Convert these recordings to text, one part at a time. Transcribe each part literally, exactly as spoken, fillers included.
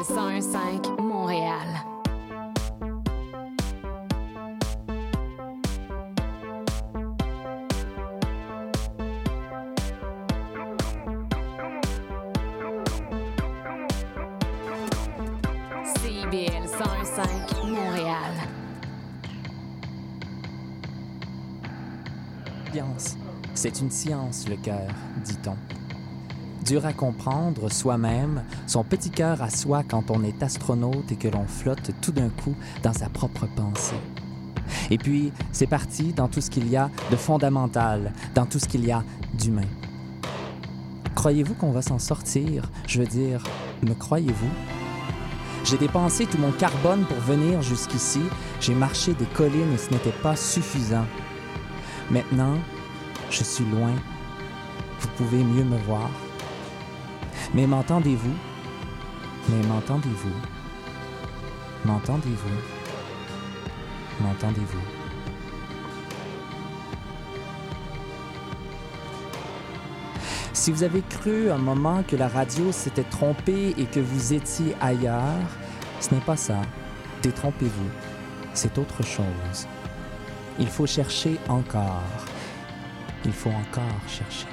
cent un virgule cinq Montréal. C I B L cent un virgule cinq Montréal. C'est une science, le cœur, dit-on. Dur à comprendre soi-même, son petit cœur à soi quand on est astronaute et que l'on flotte tout d'un coup dans sa propre pensée. Et puis, c'est parti dans tout ce qu'il y a de fondamental, dans tout ce qu'il y a d'humain. Croyez-vous qu'on va s'en sortir? Je veux dire, me croyez-vous? J'ai dépensé tout mon carbone pour venir jusqu'ici, j'ai marché des collines et ce n'était pas suffisant. Maintenant, je suis loin. Vous pouvez mieux me voir. Mais m'entendez-vous? Mais m'entendez-vous? M'entendez-vous? M'entendez-vous? Si vous avez cru un moment que la radio s'était trompée et que vous étiez ailleurs, ce n'est pas ça. Détrompez-vous. C'est autre chose. Il faut chercher encore. Il faut encore chercher.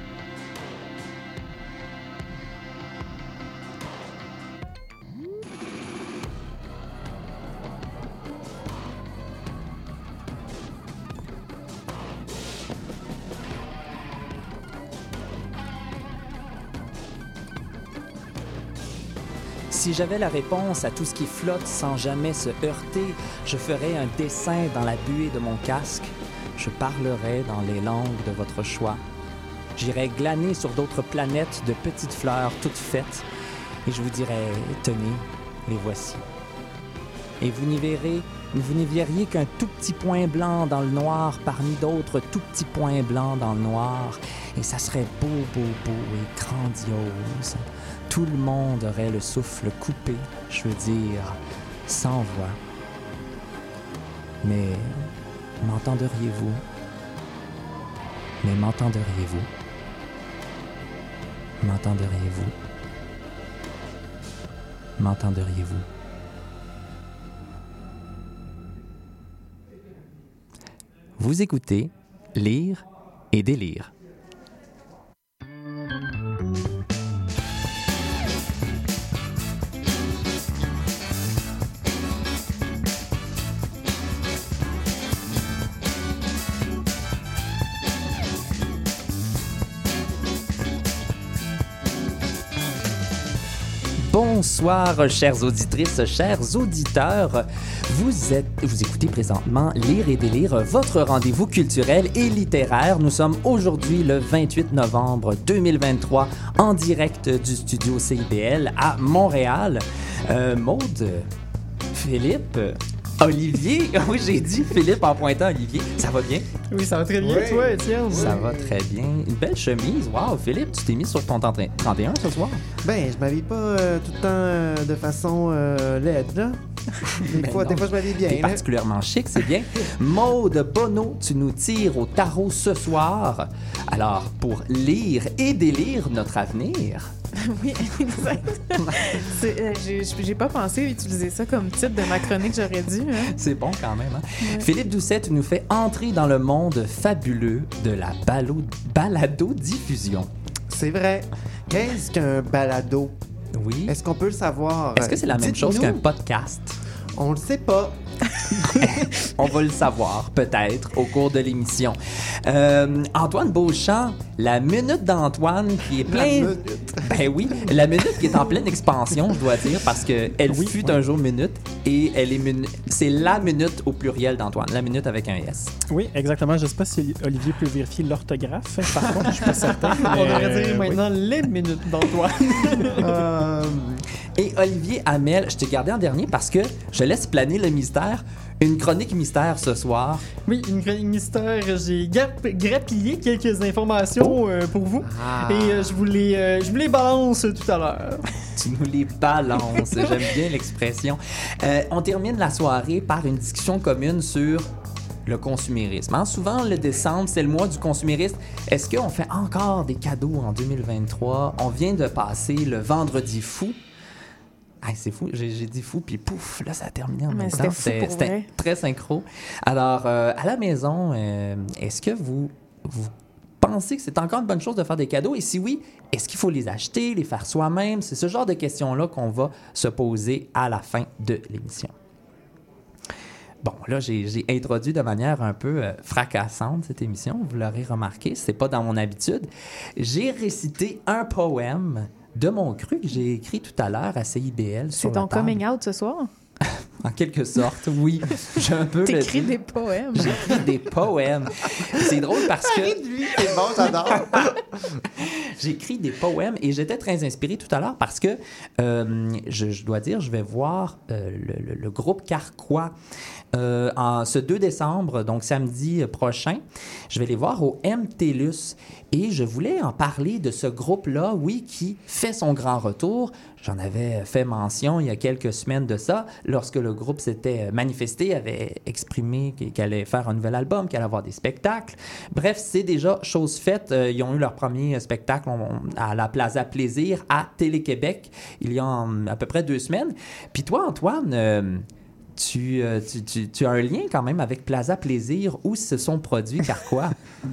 Si j'avais la réponse à tout ce qui flotte sans jamais se heurter, je ferais un dessin dans la buée de mon casque. Je parlerais dans les langues de votre choix. J'irais glaner sur d'autres planètes de petites fleurs toutes faites et je vous dirais, tenez, les voici. Et vous n'y verrez, vous n'y verriez qu'un tout petit point blanc dans le noir parmi d'autres tout petits points blancs dans le noir. Et ça serait beau, beau, beau et grandiose. Tout le monde aurait le souffle coupé, je veux dire, sans voix. Mais m'entenderiez-vous? Mais m'entenderiez-vous? M'entenderiez-vous? M'entenderiez-vous? Vous écoutez Lire et délire. Bonsoir, chères auditrices, chers auditeurs. Vous êtes, vous écoutez présentement Lire et délire, votre rendez-vous culturel et littéraire. Nous sommes aujourd'hui le vingt-huit novembre deux mille vingt-trois en direct du studio C I B L à Montréal. Euh, Maude, Philippe, Olivier, oui j'ai dit Philippe en pointant Olivier, ça va bien? Oui, ça va très bien, oui. toi, Étienne. Ça oui. va très bien. Une belle chemise. Wow, Philippe, tu t'es mis sur ton trente et un ce soir? Ben, je m'habille pas euh, tout le temps euh, de façon euh, laide, là. Des, Ben fois, non. des fois, je m'habille bien. T'es là. particulièrement chic, c'est bien. Maude Bonneau, tu nous tires au tarot ce soir. Alors, pour lire et délire notre avenir. Oui, exact. C'est, euh, j'ai, j'ai pas pensé utiliser ça comme titre de ma chronique, j'aurais dû. Hein? C'est bon quand même, hein? Ouais. Philippe Doucet, tu nous fais entrer dans le monde fabuleux de la balo- balado-diffusion. C'est vrai. Qu'est-ce qu'un balado? Oui. Est-ce qu'on peut le savoir? Est-ce que c'est la même Dites-nous. chose qu'un podcast? On le sait pas. On va le savoir, peut-être, au cours de l'émission. Euh, Antoine Beauchamp, la minute d'Antoine qui est La plein... minute. Ben oui, la minute qui est en pleine expansion, je dois dire, parce qu'elle Oui, fut oui. un jour minute et elle est minu- c'est la minute au pluriel d'Antoine, la minute avec un S. Oui, exactement. Je ne sais pas si Olivier peut vérifier l'orthographe. Par contre, je suis pas certain. On mais, devrait euh, dire oui. maintenant les minutes d'Antoine. Euh, Et Olivier Hamel, je t'ai gardé en dernier parce que je laisse planer le mystère. Une chronique mystère ce soir. Oui, une chronique mystère. J'ai gap- grappillé quelques informations euh, pour vous. Ah. Et euh, je, vous les, euh, je vous les balance tout à l'heure. Tu nous les balances. J'aime bien l'expression. Euh, on termine la soirée par une discussion commune sur le consumérisme. Hein? Souvent, le décembre, c'est le mois du consumérisme. Est-ce qu'on fait encore des cadeaux en deux mille vingt-trois? On vient de passer le Vendredi fou. Ah, c'est fou, j'ai, j'ai dit fou, puis pouf, là, ça a terminé en Mais même c'était temps. fou C'était, pour c'était vrai. très synchro. Alors, euh, à la maison, euh, est-ce que vous, vous pensez que c'est encore une bonne chose de faire des cadeaux? Et si oui, est-ce qu'il faut les acheter, les faire soi-même? C'est ce genre de questions-là qu'on va se poser à la fin de l'émission. Bon, là, j'ai, j'ai introduit de manière un peu euh, fracassante cette émission. Vous l'aurez remarqué, c'est pas dans mon habitude. J'ai récité un poème de mon cru que j'ai écrit tout à l'heure à C I B L sur C'est la ton table. coming out ce soir? En quelque sorte, oui. J'ai un peu le T'écris dire. des poèmes. J'écris des poèmes. C'est drôle parce que Lui, c'est bon, j'adore. j'écris des poèmes et j'étais très inspiré tout à l'heure parce que euh, je, je dois dire, je vais voir euh, le, le- le groupe Carquois euh, en ce deux décembre, donc samedi prochain. Je vais les voir au M T L U S et je voulais en parler de ce groupe-là, oui, qui fait son grand retour. J'en avais fait mention il y a quelques semaines de ça, lorsque le groupe s'était manifesté, avait exprimé qu'il qu'il allait faire un nouvel album, qu'il allait avoir des spectacles. Bref, c'est déjà chose faite. Euh, Ils ont eu leur premier spectacle on- à la Plaza Plaisir à Télé-Québec il y a hum, à peu près deux semaines. Puis toi, Antoine, euh, tu, euh, tu, tu- tu as un lien quand même avec Plaza Plaisir où se sont produits Carquois.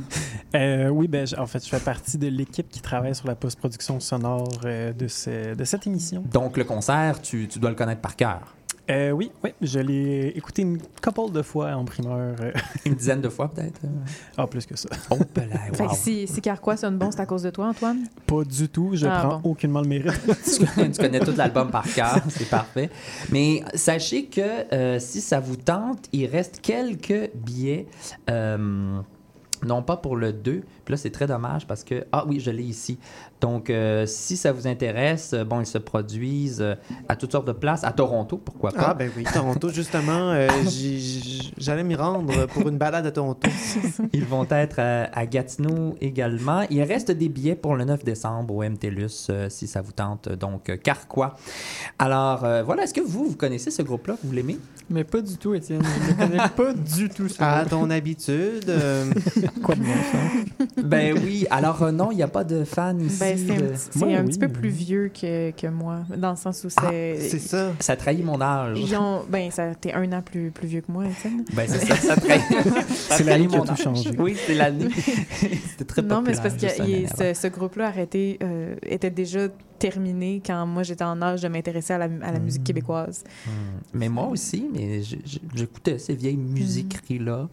Euh, oui, ben, j- en fait, je fais partie de l'équipe qui travaille sur la post-production sonore euh, de, ce- de cette émission. Donc le concert, tu, tu dois le connaître par cœur. Euh, oui, oui, je l'ai écouté une couple de fois en primeur. euh, Une dizaine de fois peut-être. Ah, plus que ça. Oh, ben là, Fait wow. que si, si Carquois sonne bon, c'est à cause de toi, Antoine? Pas du tout. Je Ah, prends bon. aucunement le mérite. tu, connais, tu connais tout l'album par cœur, c'est parfait. Mais sachez que euh, si ça vous tente, il reste quelques billets. euh, non pas pour le deux. Puis là, c'est très dommage parce que... Ah oui, je l'ai ici. Donc, euh, si ça vous intéresse, euh, bon, ils se produisent euh, à toutes sortes de places. À Toronto, pourquoi pas. Ah, ben oui, Toronto, justement, euh, j'y- j'y- j'allais m'y rendre pour une balade à Toronto. Ils vont être à, à Gatineau également. Il reste des billets pour le neuf décembre au M T L U S, euh, si ça vous tente. Donc, euh, Carquois. Alors, euh, voilà. Est-ce que vous, vous connaissez ce groupe-là? Vous l'aimez? Mais pas du tout, Étienne. Je ne connais pas du tout ça. À ton habitude, euh, Quoi de bon, ça? Ben oui. Alors, euh, non, il n'y a pas de fans ici. Ben, c'est un, de- petit, c'est Moi, un oui, petit peu oui. plus vieux que, que moi, dans le sens où Ah, c'est... c'est ça. Ça trahit mon âge. Ils ont, ben, ça, t'es un an plus, plus vieux que moi, Étienne. Ben, c'est ça, ça trahit. ça C'est l'année trahit qui a mon tout âge. changé. Oui, c'est l'année. C'était très Non, mais populaire c'est parce juste que une il- année ce, ce groupe-là arrêté, euh, était déjà terminé quand moi, j'étais en âge de m'intéresser à la, à la musique québécoise. avant. Hmm. Mais moi aussi, mais je- je- j'écoutais ces vieilles musiqueries-là.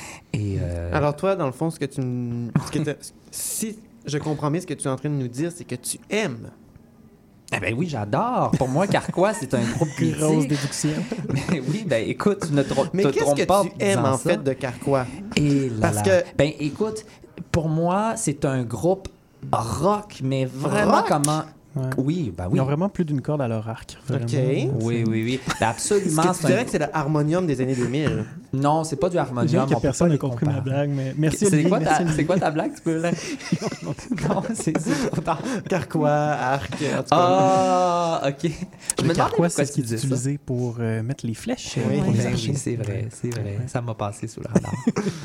Et euh, Alors toi, dans le fond, ce que tu m- ce que t'as- si je comprends bien ce que tu es en train de nous dire, c'est que tu aimes. ah ben oui, j'adore. Pour moi, Carquois, c'est un groupe Grosse mythique. déduction. Mais oui, ben écoute, tu ne tro- Mais te qu'est-ce trompes que pas tu en aimes, disant en ça. fait, de Carquois? Et là Parce là. que- Ben écoute, pour moi, c'est un groupe rock, mais vraiment Rock? comment... Ouais. Oui, ben oui. Ils ont vraiment plus d'une corde à leur arc. Vraiment. OK. Oui, oui, oui. Ben, Est-ce absolument. que tu c'est un- dirais que c'est le harmonium des années deux mille? Non, c'est pas du Je harmonium. dirais on que peut personne pas n'a les compris ma comparer. blague, mais merci C'est Olivier, quoi, merci, ta, Olivier. c'est quoi ta blague? Tu peux la... non, c'est c'est trop tard. Carquois, arc, en tout cas. Ah, OK. Je Le me demandais carquois, pourquoi c'est ce qui tu est disais ça. utilisé pour euh, mettre les flèches euh, Oui, pour les Ben archers. oui, c'est vrai, c'est vrai. Ça m'a passé sous le radar.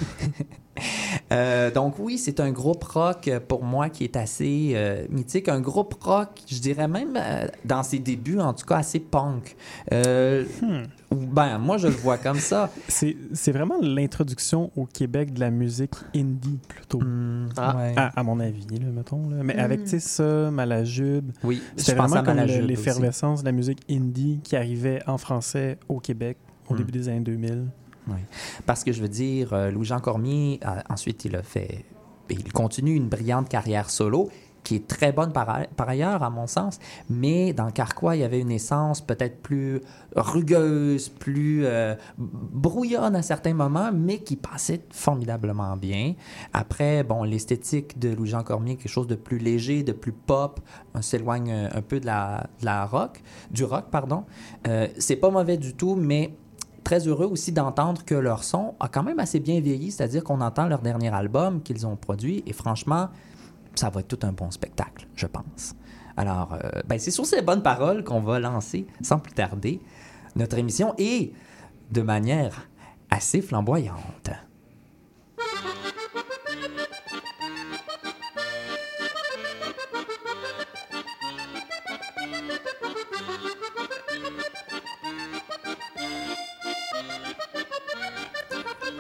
Euh, donc oui, c'est un groupe rock euh, pour moi qui est assez euh, mythique. Un groupe rock, je dirais même euh, dans ses débuts, en tout cas assez punk. Euh, Hmm. ou- Ben, moi, je le vois comme ça. C'est c'est vraiment l'introduction au Québec de la musique indie, plutôt. Hmm, Ah. ouais. À, à mon avis, là, mettons. Là. Mais Mm. avec, tu sais, ça, Malajube, Oui, c'était je pensais vraiment à comme Malajube le- aussi. l'effervescence de la musique indie qui arrivait en français au Québec au Mm. début des années deux mille. Parce que je veux dire, euh, Louis-Jean Cormier, euh, ensuite, il a fait... Il continue une brillante carrière solo qui est très bonne par, a- par ailleurs, à mon sens. Mais dans Carquois, il y avait une essence peut-être plus rugueuse, plus euh, brouillonne à certains moments, mais qui passait formidablement bien. Après, bon, l'esthétique de Louis-Jean Cormier, quelque chose de plus léger, de plus pop, on s'éloigne un, un peu de la, de la rock, du rock, pardon. Euh, c'est pas mauvais du tout, mais très heureux aussi d'entendre que leur son a quand même assez bien vieilli, c'est-à-dire qu'on entend leur dernier album qu'ils ont produit et franchement, ça va être tout un bon spectacle, je pense. Alors, euh, ben, c'est sur ces bonnes paroles qu'on va lancer sans plus tarder notre émission et de manière assez flamboyante.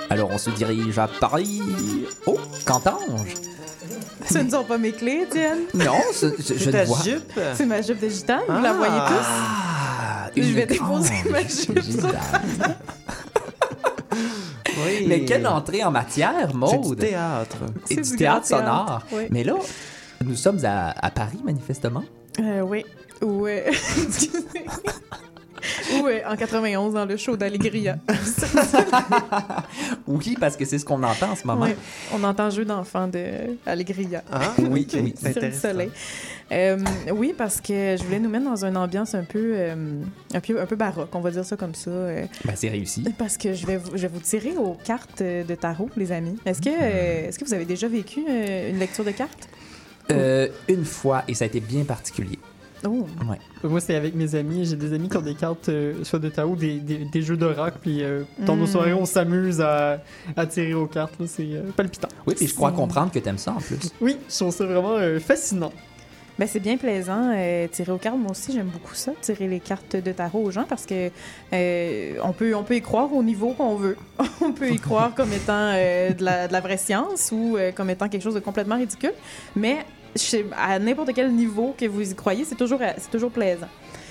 Alors on se dirige à Paris. Oh, Cantange. Ce ne sont pas mes clés, Étienne. Non, ce- je, je C'est ne ta vois. jupe? C'est ma jupe de gitane, vous Ah. la voyez tous. Ah, Je une vais déposer grande ma jupe. gitane. Oui. Mais quelle entrée en matière, C'est du Maude. théâtre. Et C'est du du théâtre grand sonore. théâtre, oui. Mais là, nous sommes à, à Paris, manifestement. Euh, oui. Ou, euh, excusez. Ou euh, en quatre-vingt-onze, dans le show d'Allegria. Oui, parce que c'est ce qu'on entend en ce moment. Ouais. On entend jeu d'enfants de Allegria. Ah, Oui, ok. oui. C'est Sur le intéressant. soleil. Euh, oui, parce que je voulais nous mettre dans une ambiance un peu, euh, un peu, un peu baroque, on va dire ça comme ça. euh, Ben, c'est réussi. parce que je vais, vous, je vais vous tirer aux cartes de tarot, les amis. Est-ce que, euh, est-ce que vous avez déjà vécu euh, une lecture de cartes? Euh, une fois, et ça a été bien particulier. Oh, Ouais. Moi, c'est avec mes amis. J'ai des amis qui ont des cartes, euh, soit de tarot, des, des, des jeux de rock. Puis euh, dans nos Mm. soirées, on s'amuse à, à tirer aux cartes. là. C'est euh, palpitant. Oui, puis je crois C'est- comprendre que t'aimes ça en plus. Oui, je trouve ça vraiment euh, fascinant. ben c'est bien plaisant, euh, tirer aux cartes. Moi aussi, j'aime beaucoup ça, tirer les cartes de tarot aux gens, parce que euh, on peut, on peut y croire au niveau qu'on veut. On peut y croire comme étant euh, de, la, de la vraie science ou euh, comme étant quelque chose de complètement ridicule. Mais chez- à n'importe quel niveau que vous y croyez, c'est toujours, c'est toujours plaisant.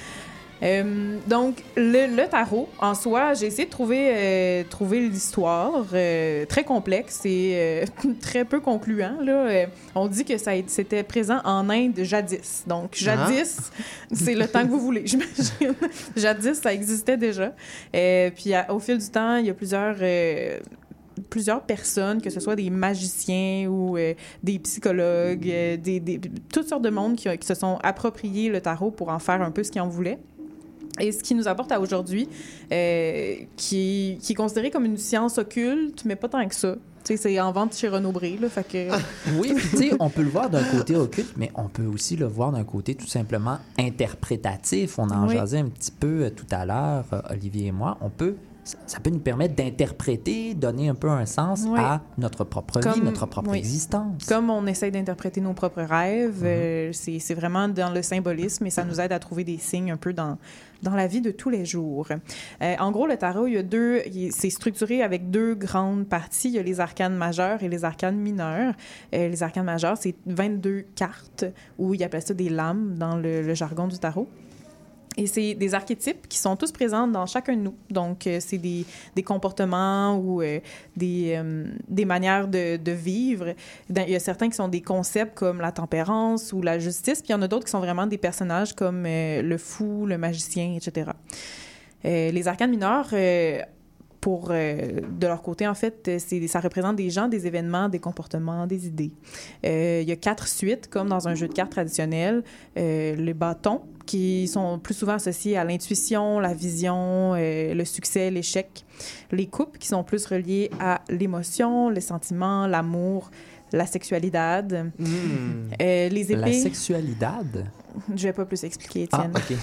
Euh, donc, le, le tarot, en soi, j'ai essayé de trouver, euh, trouver l'histoire euh, très complexe et euh, très peu concluant. Là. Euh, on dit que ça a été- c'était présent en Inde jadis. Donc, jadis, c'est le temps que vous voulez, j'imagine. Jadis, ça existait déjà. Euh, puis, à- au fil du temps, il y a plusieurs... euh, plusieurs personnes, que ce soit des magiciens ou euh, des psychologues, euh, des, des- toutes sortes de monde qui, ont- qui se sont appropriés le tarot pour en faire un peu ce qu'ils en voulaient. Et ce qui nous apporte à aujourd'hui, euh, qui, qui est considéré comme une science occulte, mais pas tant que ça. Tu sais, c'est en vente chez Renaud-Bré, là, fait que... Oui, puis tu sais, on peut le voir d'un côté occulte, mais on peut aussi le voir d'un côté tout simplement interprétatif. On en Oui. jasait un petit peu euh, tout à l'heure, euh, Olivier et moi. On peut, ça, ça peut nous permettre d'interpréter, donner un peu un sens Oui. à notre propre vie, Comme- notre propre oui. existence. Comme on essaye d'interpréter nos propres rêves, euh, c'est c'est vraiment dans le symbolisme et ça nous aide à trouver des signes un peu dans, dans la vie de tous les jours. Euh, en gros, le tarot, il y a deux, il- c'est structuré avec deux grandes parties. Il y a les arcanes majeures et les arcanes mineures. Euh, les arcanes majeures, c'est vingt-deux cartes, ou ils appellent ça des lames dans le, le jargon du tarot. Et c'est des archétypes qui sont tous présents dans chacun de nous. Donc, euh, c'est des, des comportements ou euh, des, euh, des manières de, de vivre. Dans- Il y a certains qui sont des concepts comme la tempérance ou la justice, puis il y en a d'autres qui sont vraiment des personnages comme euh, le fou, le magicien, et cetera. Euh, les arcanes mineurs, euh, pour, euh, de leur côté, en fait, euh, c'est, ça représente des gens, des événements, des comportements, des idées. Euh, il y a quatre suites, comme dans un jeu de cartes traditionnel. Euh, les bâtons, qui sont plus souvent associés à l'intuition, la vision, euh, le succès, l'échec. Les coupes, qui sont plus reliées à l'émotion, les sentiments, l'amour, la sexualité. Hmm. Euh, les La épées, sexualité. je vais pas plus expliquer, Ah, Étienne. OK.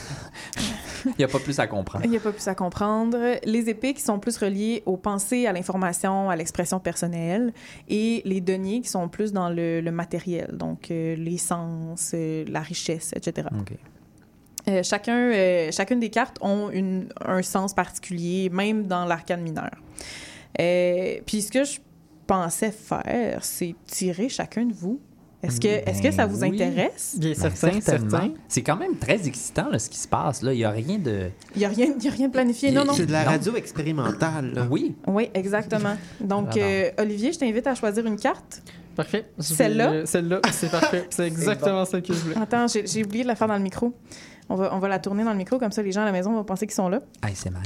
Il n'y a pas plus à comprendre. Il n'y a pas plus à comprendre. Les épées qui sont plus reliées aux pensées, à l'information, à l'expression personnelle. Et les deniers qui sont plus dans le, le matériel, donc euh, les sens, euh, la richesse, et cetera. OK. Euh, chacun, euh, chacune des cartes ont une, un sens particulier, même dans l'arcane mineur. Euh, puis ce que je pensais faire, c'est tirer chacun de vous. Est-ce que, est-ce que ça vous Ben oui. intéresse? Bien, Ben, certain, certainement. certain. C'est quand même très excitant là, ce qui se passe. Là. Il n'y a rien de... Il n'y a, rien- il y a rien de planifié, non, non. C'est de la Non. radio expérimentale. là. Oui. Oui, exactement. Donc, J'adore. euh, Olivier, je t'invite à choisir une carte. Parfait. Je vais- Celle-là? euh, Celle-là, c'est parfait. C'est exactement celle que je voulais. Attends, j'ai j'ai oublié de la faire dans le micro. On va, on va la tourner dans le micro, comme ça les gens à la maison vont penser qu'ils sont là. Ah, c'est mal.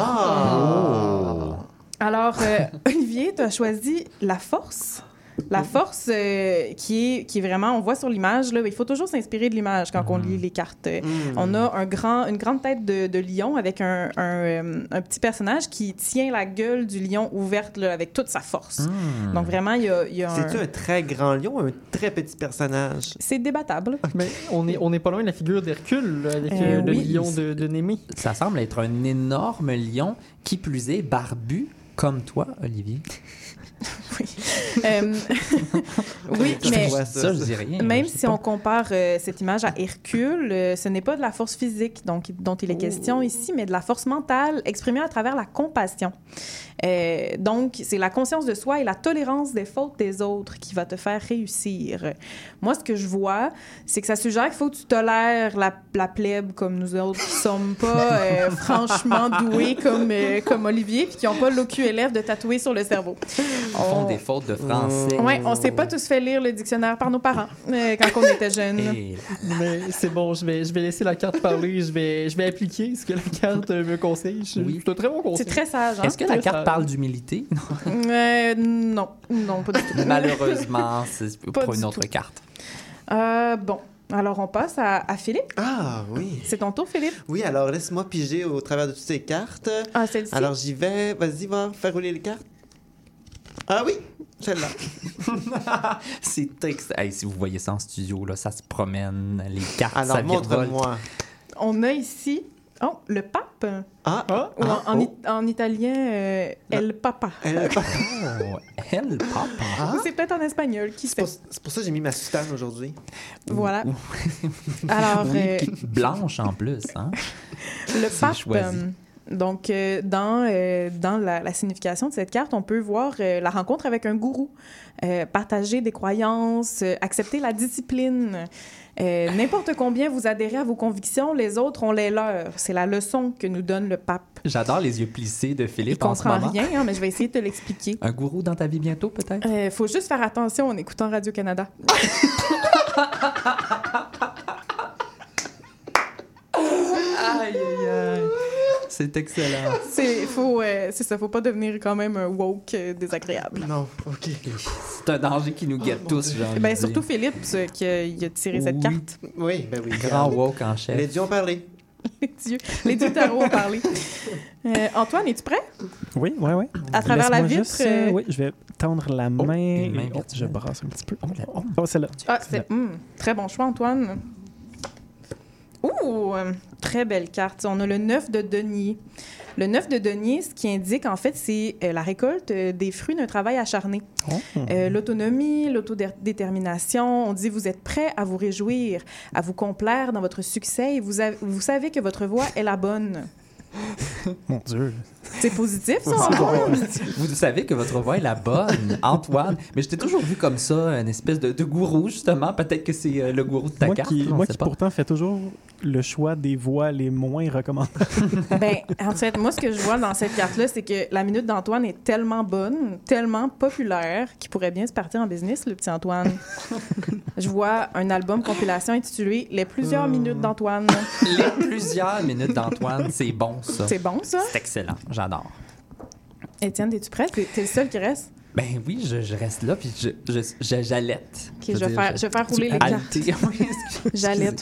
Ah! Alors, euh, Olivier, tu as choisi la force. La force euh, qui, est, qui est vraiment, on voit sur l'image, là, il faut toujours s'inspirer de l'image quand on lit les cartes. Hmm. On a un grand, une grande tête de, de lion avec un, un, euh, un petit personnage qui tient la gueule du lion ouverte là, avec toute sa force. Hmm. Donc vraiment, il y a, il y a un... C'est-tu un très grand lion ou un très petit personnage? C'est débattable. Mais on est, on est pas loin de la figure d'Hercule, là, avec Euh, euh, le oui. lion de, de Némée. Ça semble être un énorme lion, qui plus est barbu, comme toi, Olivier. Oui. Euh, oui, Je mais vois Ça, je dis rien. même je sais si pas. on compare euh, cette image à Hercule, euh, ce n'est pas de la force physique donc, dont il est question ici, mais de la force mentale exprimée à travers la compassion. Euh, donc, c'est la conscience de soi et la tolérance des fautes des autres qui va te faire réussir. Moi, ce que je vois, c'est que ça suggère qu'il faut que tu tolères la, la plèbe comme nous autres qui sommes pas euh, franchement doués comme, euh, comme Olivier puis qui n'ont pas l'O Q L F de tatouer sur le cerveau. Ils font des fautes de français. Oui, on s'est pas tous fait lire le dictionnaire par nos parents euh, quand on était jeunes. Et Mais c'est bon, je vais, je vais laisser la carte parler. Je vais, je vais appliquer ce que la carte euh, me conseille. Je, Oui. C'est un très bon conseil. C'est très sage, hein? Est-ce que la Très carte sage. parle d'humilité? Euh, non, non, pas du tout. Malheureusement, c'est Pas pour du une autre tout. carte. Euh, bon, alors on passe à, à Philippe. Ah, oui. C'est ton tour, Philippe. Oui, alors laisse-moi piger au travers de toutes ces cartes. Ah, celle-ci. Alors j'y vais. Vas-y, va, faire rouler les cartes. Ah oui, celle-là. C'est ex... hey, si vous voyez ça en studio, là, ça se promène, les cartes, Alors ça virevolte. montre-moi. On a ici, oh, le pape. Ah, Ah, Ou en, ah, en, oh. it- en italien, euh, El Papa. Elle- Oh, elle, papa. Ah, Ou c'est peut-être en espagnol, qui c'est sait. pour, c'est pour ça que j'ai mis ma soutane aujourd'hui. Voilà. Alors, Oui, euh, puis blanche en plus, hein? le C'est pape. choisi. euh, donc, euh, dans, euh, dans la, la signification de cette carte, on peut voir euh, la rencontre avec un gourou, euh, partager des croyances, euh, accepter la discipline. Euh, N'importe combien vous adhérez à vos convictions, les autres ont les leurs. C'est la leçon que nous donne le pape. J'adore les yeux plissés de Il Philippe en ce comprend moment. rien, hein, mais je vais essayer de te l'expliquer. Un gourou dans ta vie bientôt, peut-être? Il faut juste faire attention en écoutant Radio-Canada. Aïe, aïe, aïe. C'est excellent. C'est faut, euh, c'est ça, faut pas devenir quand même un woke euh, désagréable. Non, ok. C'est un danger qui nous guette Oh, mon tous, Dieu. j'ai envie Ben, de dire. surtout Philippe, ce, qui a, il a tiré cette Oui. carte. Oui, ben oui. Grand woke en Les chef. dieux ont parlé. Les dieux, les dieux tarots ont parlé. Euh, Antoine, es-tu prêt? Oui, oui, oui. À travers la Laisse-moi vitre, juste, euh, euh, oui, je vais tendre la main. une main et- oh, je virtuelle. brasse un petit peu. Oh, la- Oh, oh, celle-là. Ah, c'est hum, très bon choix, Antoine. Ouh, euh, très belle carte. On a le neuf de denier. Le neuf de denier, ce qui indique, en fait, c'est euh, la récolte euh, des fruits d'un travail acharné. Oh. Euh, L'autonomie, l'autodétermination. On dit vous êtes prêt à vous réjouir, à vous complaire dans votre succès et vous, avez- vous savez que votre voie est la bonne. Mon Dieu. C'est positif, ça? C'est Antoine? drôle. Vous savez que votre voix est la bonne, Antoine. Mais je t'ai toujours vu comme ça, une espèce de, de gourou, justement. Peut-être que c'est euh, le gourou de ta Moi carte. qui, on moi sait qui pas. pourtant fais toujours le choix des voix les moins recommandées. Ben, en fait, moi, ce que je vois dans cette carte-là, c'est que la minute d'Antoine est tellement bonne, tellement populaire, qu'il pourrait bien se partir en business, le petit Antoine. Je vois un album compilation intitulé « Les plusieurs minutes d'Antoine Les plusieurs minutes d'Antoine, c'est bon, ça. ». C'est bon, ça? C'est excellent, j'adore. Étienne, es-tu prêt? T'es t'es le seul qui reste? Ben oui, je, je reste là, puis je, je, je- j'allaite. OK, je vais faire, je vais faire rouler les cartes. Halter. Oui, excuse- J'allaite.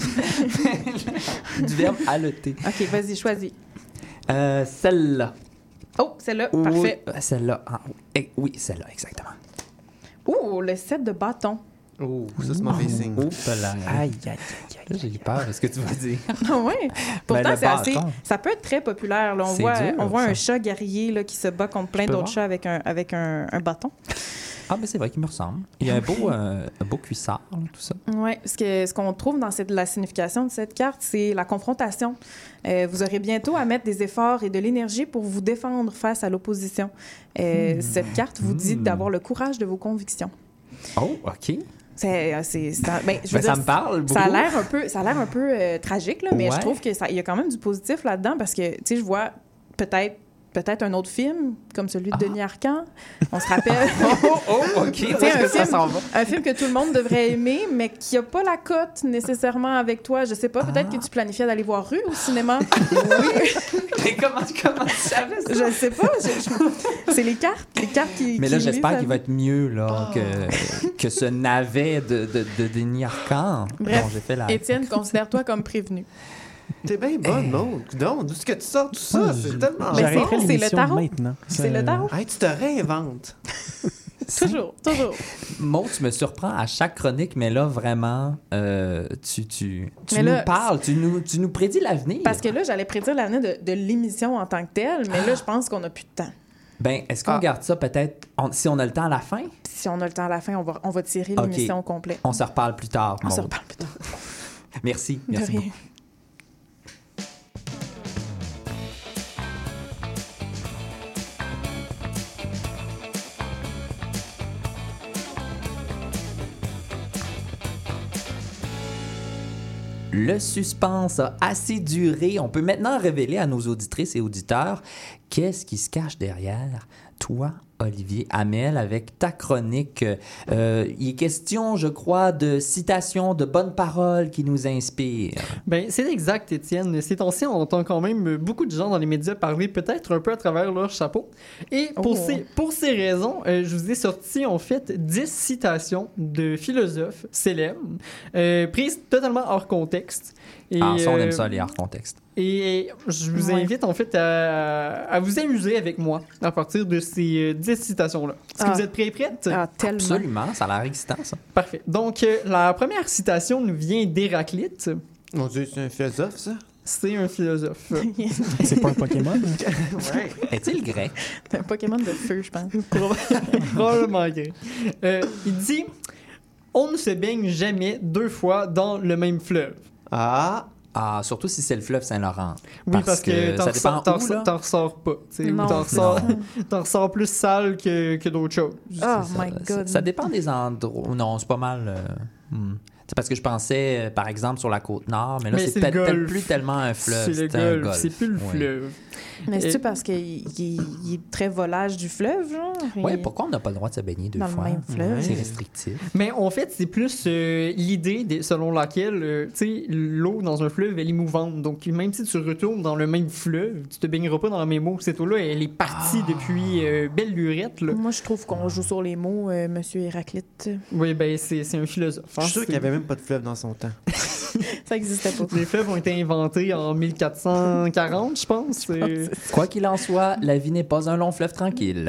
Du verbe halter. OK, vas-y, choisis. Euh, celle-là. Oh, celle-là, Oui, parfait. euh, celle-là. Ah, oui, oui, celle-là, exactement. Oh, le set de bâtons. Oh, ça c'est mauvais signe. Oups là. Aïe, aïe, aïe, Là, j'ai eu peur de ce que tu vas dire. Ah ouais? Pourtant, Ben, le c'est assez... bâton. Ça peut être très populaire. Là. On, C'est voit, dur, on voit ça. un chat guerrier là, qui se bat contre plein Je peux d'autres voir. chats avec un, avec un, un bâton. Ah, ben c'est vrai qu'il me ressemble. Il y a un beau, euh, un beau cuissard, là, tout ça. Oui, ce que- ce qu'on trouve dans cette, la signification de cette carte, c'est la confrontation. Euh, vous aurez bientôt à mettre des efforts et de l'énergie pour vous défendre face à l'opposition. Euh, Cette carte vous dit Hmm. d'avoir le courage de vos convictions. Oh, OK. C'est, euh, c'est, ça, ben, je veux Ben, ça dire, me parle beaucoup. ça a l'air un peu, ça a l'air un peu euh, tragique, là, mais Ouais. je trouve que ça, il y a quand même du positif là-dedans parce que, tu sais, je vois peut-être, peut-être un autre film comme celui de Ah. Denis Arcand. On se rappelle. Oh, oh, OK. Où sais, est-ce un que ça film- s'en va? Un film que tout le monde devrait aimer, mais qui n'a pas la cote nécessairement avec toi. Je sais pas, peut-être Ah. que tu planifiais d'aller voir Rue au cinéma. Mais comment, comment tu savais ça? Je sais pas. je- je- C'est les cartes, les cartes qui. Mais qui là, lisent j'espère la qu'il va vie. être mieux là, que, que ce navet de, de, de Denis Arcand Bref, dont j'ai fait la... Étienne, considère-toi comme prévenu. T'es bien bonne, non? Donc, d'où est-ce que tu sors tout ça? C'est tellement Mais J'arrêterai c'est- c'est le l'émission tarot. maintenant. C'est le tarot. Hey, tu te réinventes. Toujours, toujours. Maud, tu me surprends à chaque chronique, mais là, vraiment, euh, tu, tu, tu Mais nous là, parles, tu nous, tu nous prédis l'avenir. Parce que là, j'allais prédire l'avenir de, de l'émission en tant que telle, mais là, je pense qu'on n'a plus de temps. Ben, est-ce qu'on Ah. garde ça peut-être, on- si on a le temps à la fin? Si on a le temps à la fin, on va, on va tirer Ok. l'émission au complet. On se reparle plus tard, On se Maud. reparle plus tard. Merci, De merci rien. beaucoup. Le suspense a assez duré. On peut maintenant révéler à nos auditrices et auditeurs qu'est-ce qui se cache derrière toi, Olivier Hamel, avec ta chronique. Euh, il est question, je crois, de citations, de bonnes paroles qui nous inspirent. Ben, c'est exact, Étienne. Ces temps-ci, on entend quand même beaucoup de gens dans les médias parler peut-être un peu à travers leur chapeau. Et pour, Oh. ces, pour ces raisons, euh, je vous ai sorti en fait dix citations de philosophes célèbres, euh, prises totalement hors contexte. Et, Ah, ça, on aime euh, ça, les hors contexte. Et je vous Ouais. invite en fait à, à vous amuser avec moi à partir de ces euh, dix citations-là. Est-ce que Ah. vous êtes prêts et prêtes? Ah, tellement. Absolument, ça a l'air excitant, ça. Parfait. Donc, euh, la première citation nous vient d'Héraclite. Mon Dieu, c'est un philosophe, ça? C'est un philosophe. C'est pas un Pokémon? Ouais. Est-il grec? C'est un Pokémon de feu, je pense. Probablement grec. Euh, il dit on ne se baigne jamais deux fois dans le même fleuve. Ah, Ah, surtout si c'est le fleuve Saint-Laurent. Oui, parce, que, t'en ça dépend ressors, t'en où, ressors- là. t'en ressors pas. tu sais, ou Non, T'en c'est ressors, ça. t'en ressors plus sale que, que d'autres choses. Oh C'est ça, my ça- God. Ça dépend des endroits. Non, c'est pas mal. euh, hmm. C'est parce que je pensais, euh, par exemple, sur la côte nord, mais là, Mais c'est c'est peut-être le peut-être golfe. plus tellement un fleuve. C'est le un golfe, golfe. c'est plus le Ouais. fleuve. Mais c'est-tu Et- parce qu'il il, il est très volage du fleuve, genre? Ouais, Il- pourquoi on n'a pas le droit de se baigner deux Dans le fois? même fleuve. C'est Ouais. restrictif. Mais en fait, c'est plus euh, l'idée des- selon laquelle, euh, tu sais, l'eau dans un fleuve, elle est mouvante. Donc, même si tu retournes dans le même fleuve, tu te baigneras pas dans la même eau. Cette eau-là, elle est partie Ah. depuis euh, belle lurette, là. Moi, je trouve qu'on joue sur les mots, euh, Monsieur Héraclite. Oui, ben, c'est c'est un philosophe. je hein, suis sûr c'est- qu'il n'y avait même pas de fleuve dans son temps. Ça existait pas. Les fleuves ont été inventés en mille quatre cent quarante, je pense. Euh, Quoi qu'il en soit, la vie n'est pas un long fleuve tranquille.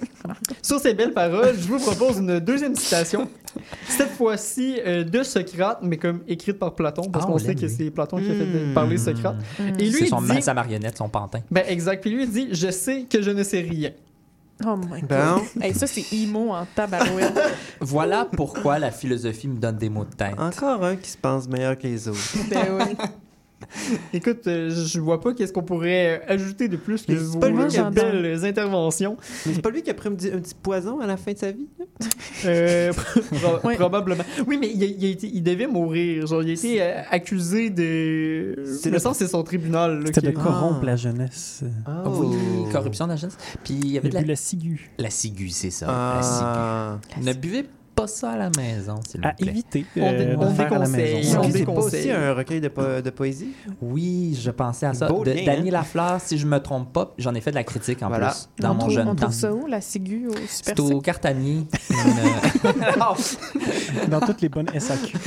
Sur ces belles paroles, je vous propose une deuxième citation. Cette fois-ci euh, de Socrate, mais comme écrite par Platon, parce Ah, qu'on on sait l'aime, que lui. c'est Platon qui a fait Hmm. parler Socrate. Mm. Et lui, C'est il son, dit... sa marionnette, son pantin. Ben exact. Puis lui, il dit « Je sais que je ne sais rien Oh my God. Bon. Hey, ça, c'est emo en tabarouette. Voilà pourquoi la philosophie me donne des mots de tête. Encore un qui se pense meilleur que les autres. Ben oui. ». Écoute, euh, je vois pas qu'est-ce qu'on pourrait euh, ajouter de plus que Mais c'est vos pas lui euh, qui entend. belles interventions. Mais c'est pas lui qui a pris un petit, un petit poison à la fin de sa vie? là? Euh, pro- Ouais. Probablement. Oui, mais il, a- il a été, il devait mourir. Genre, il a été euh, accusé de... C'est Le le- sens, c'est son tribunal. là, C'était qui de a- corrompre la jeunesse. Ah Oh. oui, corruption de la jeunesse. Puis il y avait Il de a la, bu la ciguë. la ciguë, c'est ça. La Ah. ciguë. Ne buvez pas ça à la maison, s'il vous À plaît. éviter On euh, dé- de on faire à la déconseille. maison. On C'est pas déconseille. aussi un recueil de, po- de poésie? Oui, je pensais à ça. Beau De lien, Dany hein? Lafleur, si je me trompe pas, j'en ai fait de la critique en Voilà. plus dans on mon trouve, jeune on temps. trouve ça où, la ciguë au Super C'est au Cartanier. Une- Dans toutes les bonnes S A Q.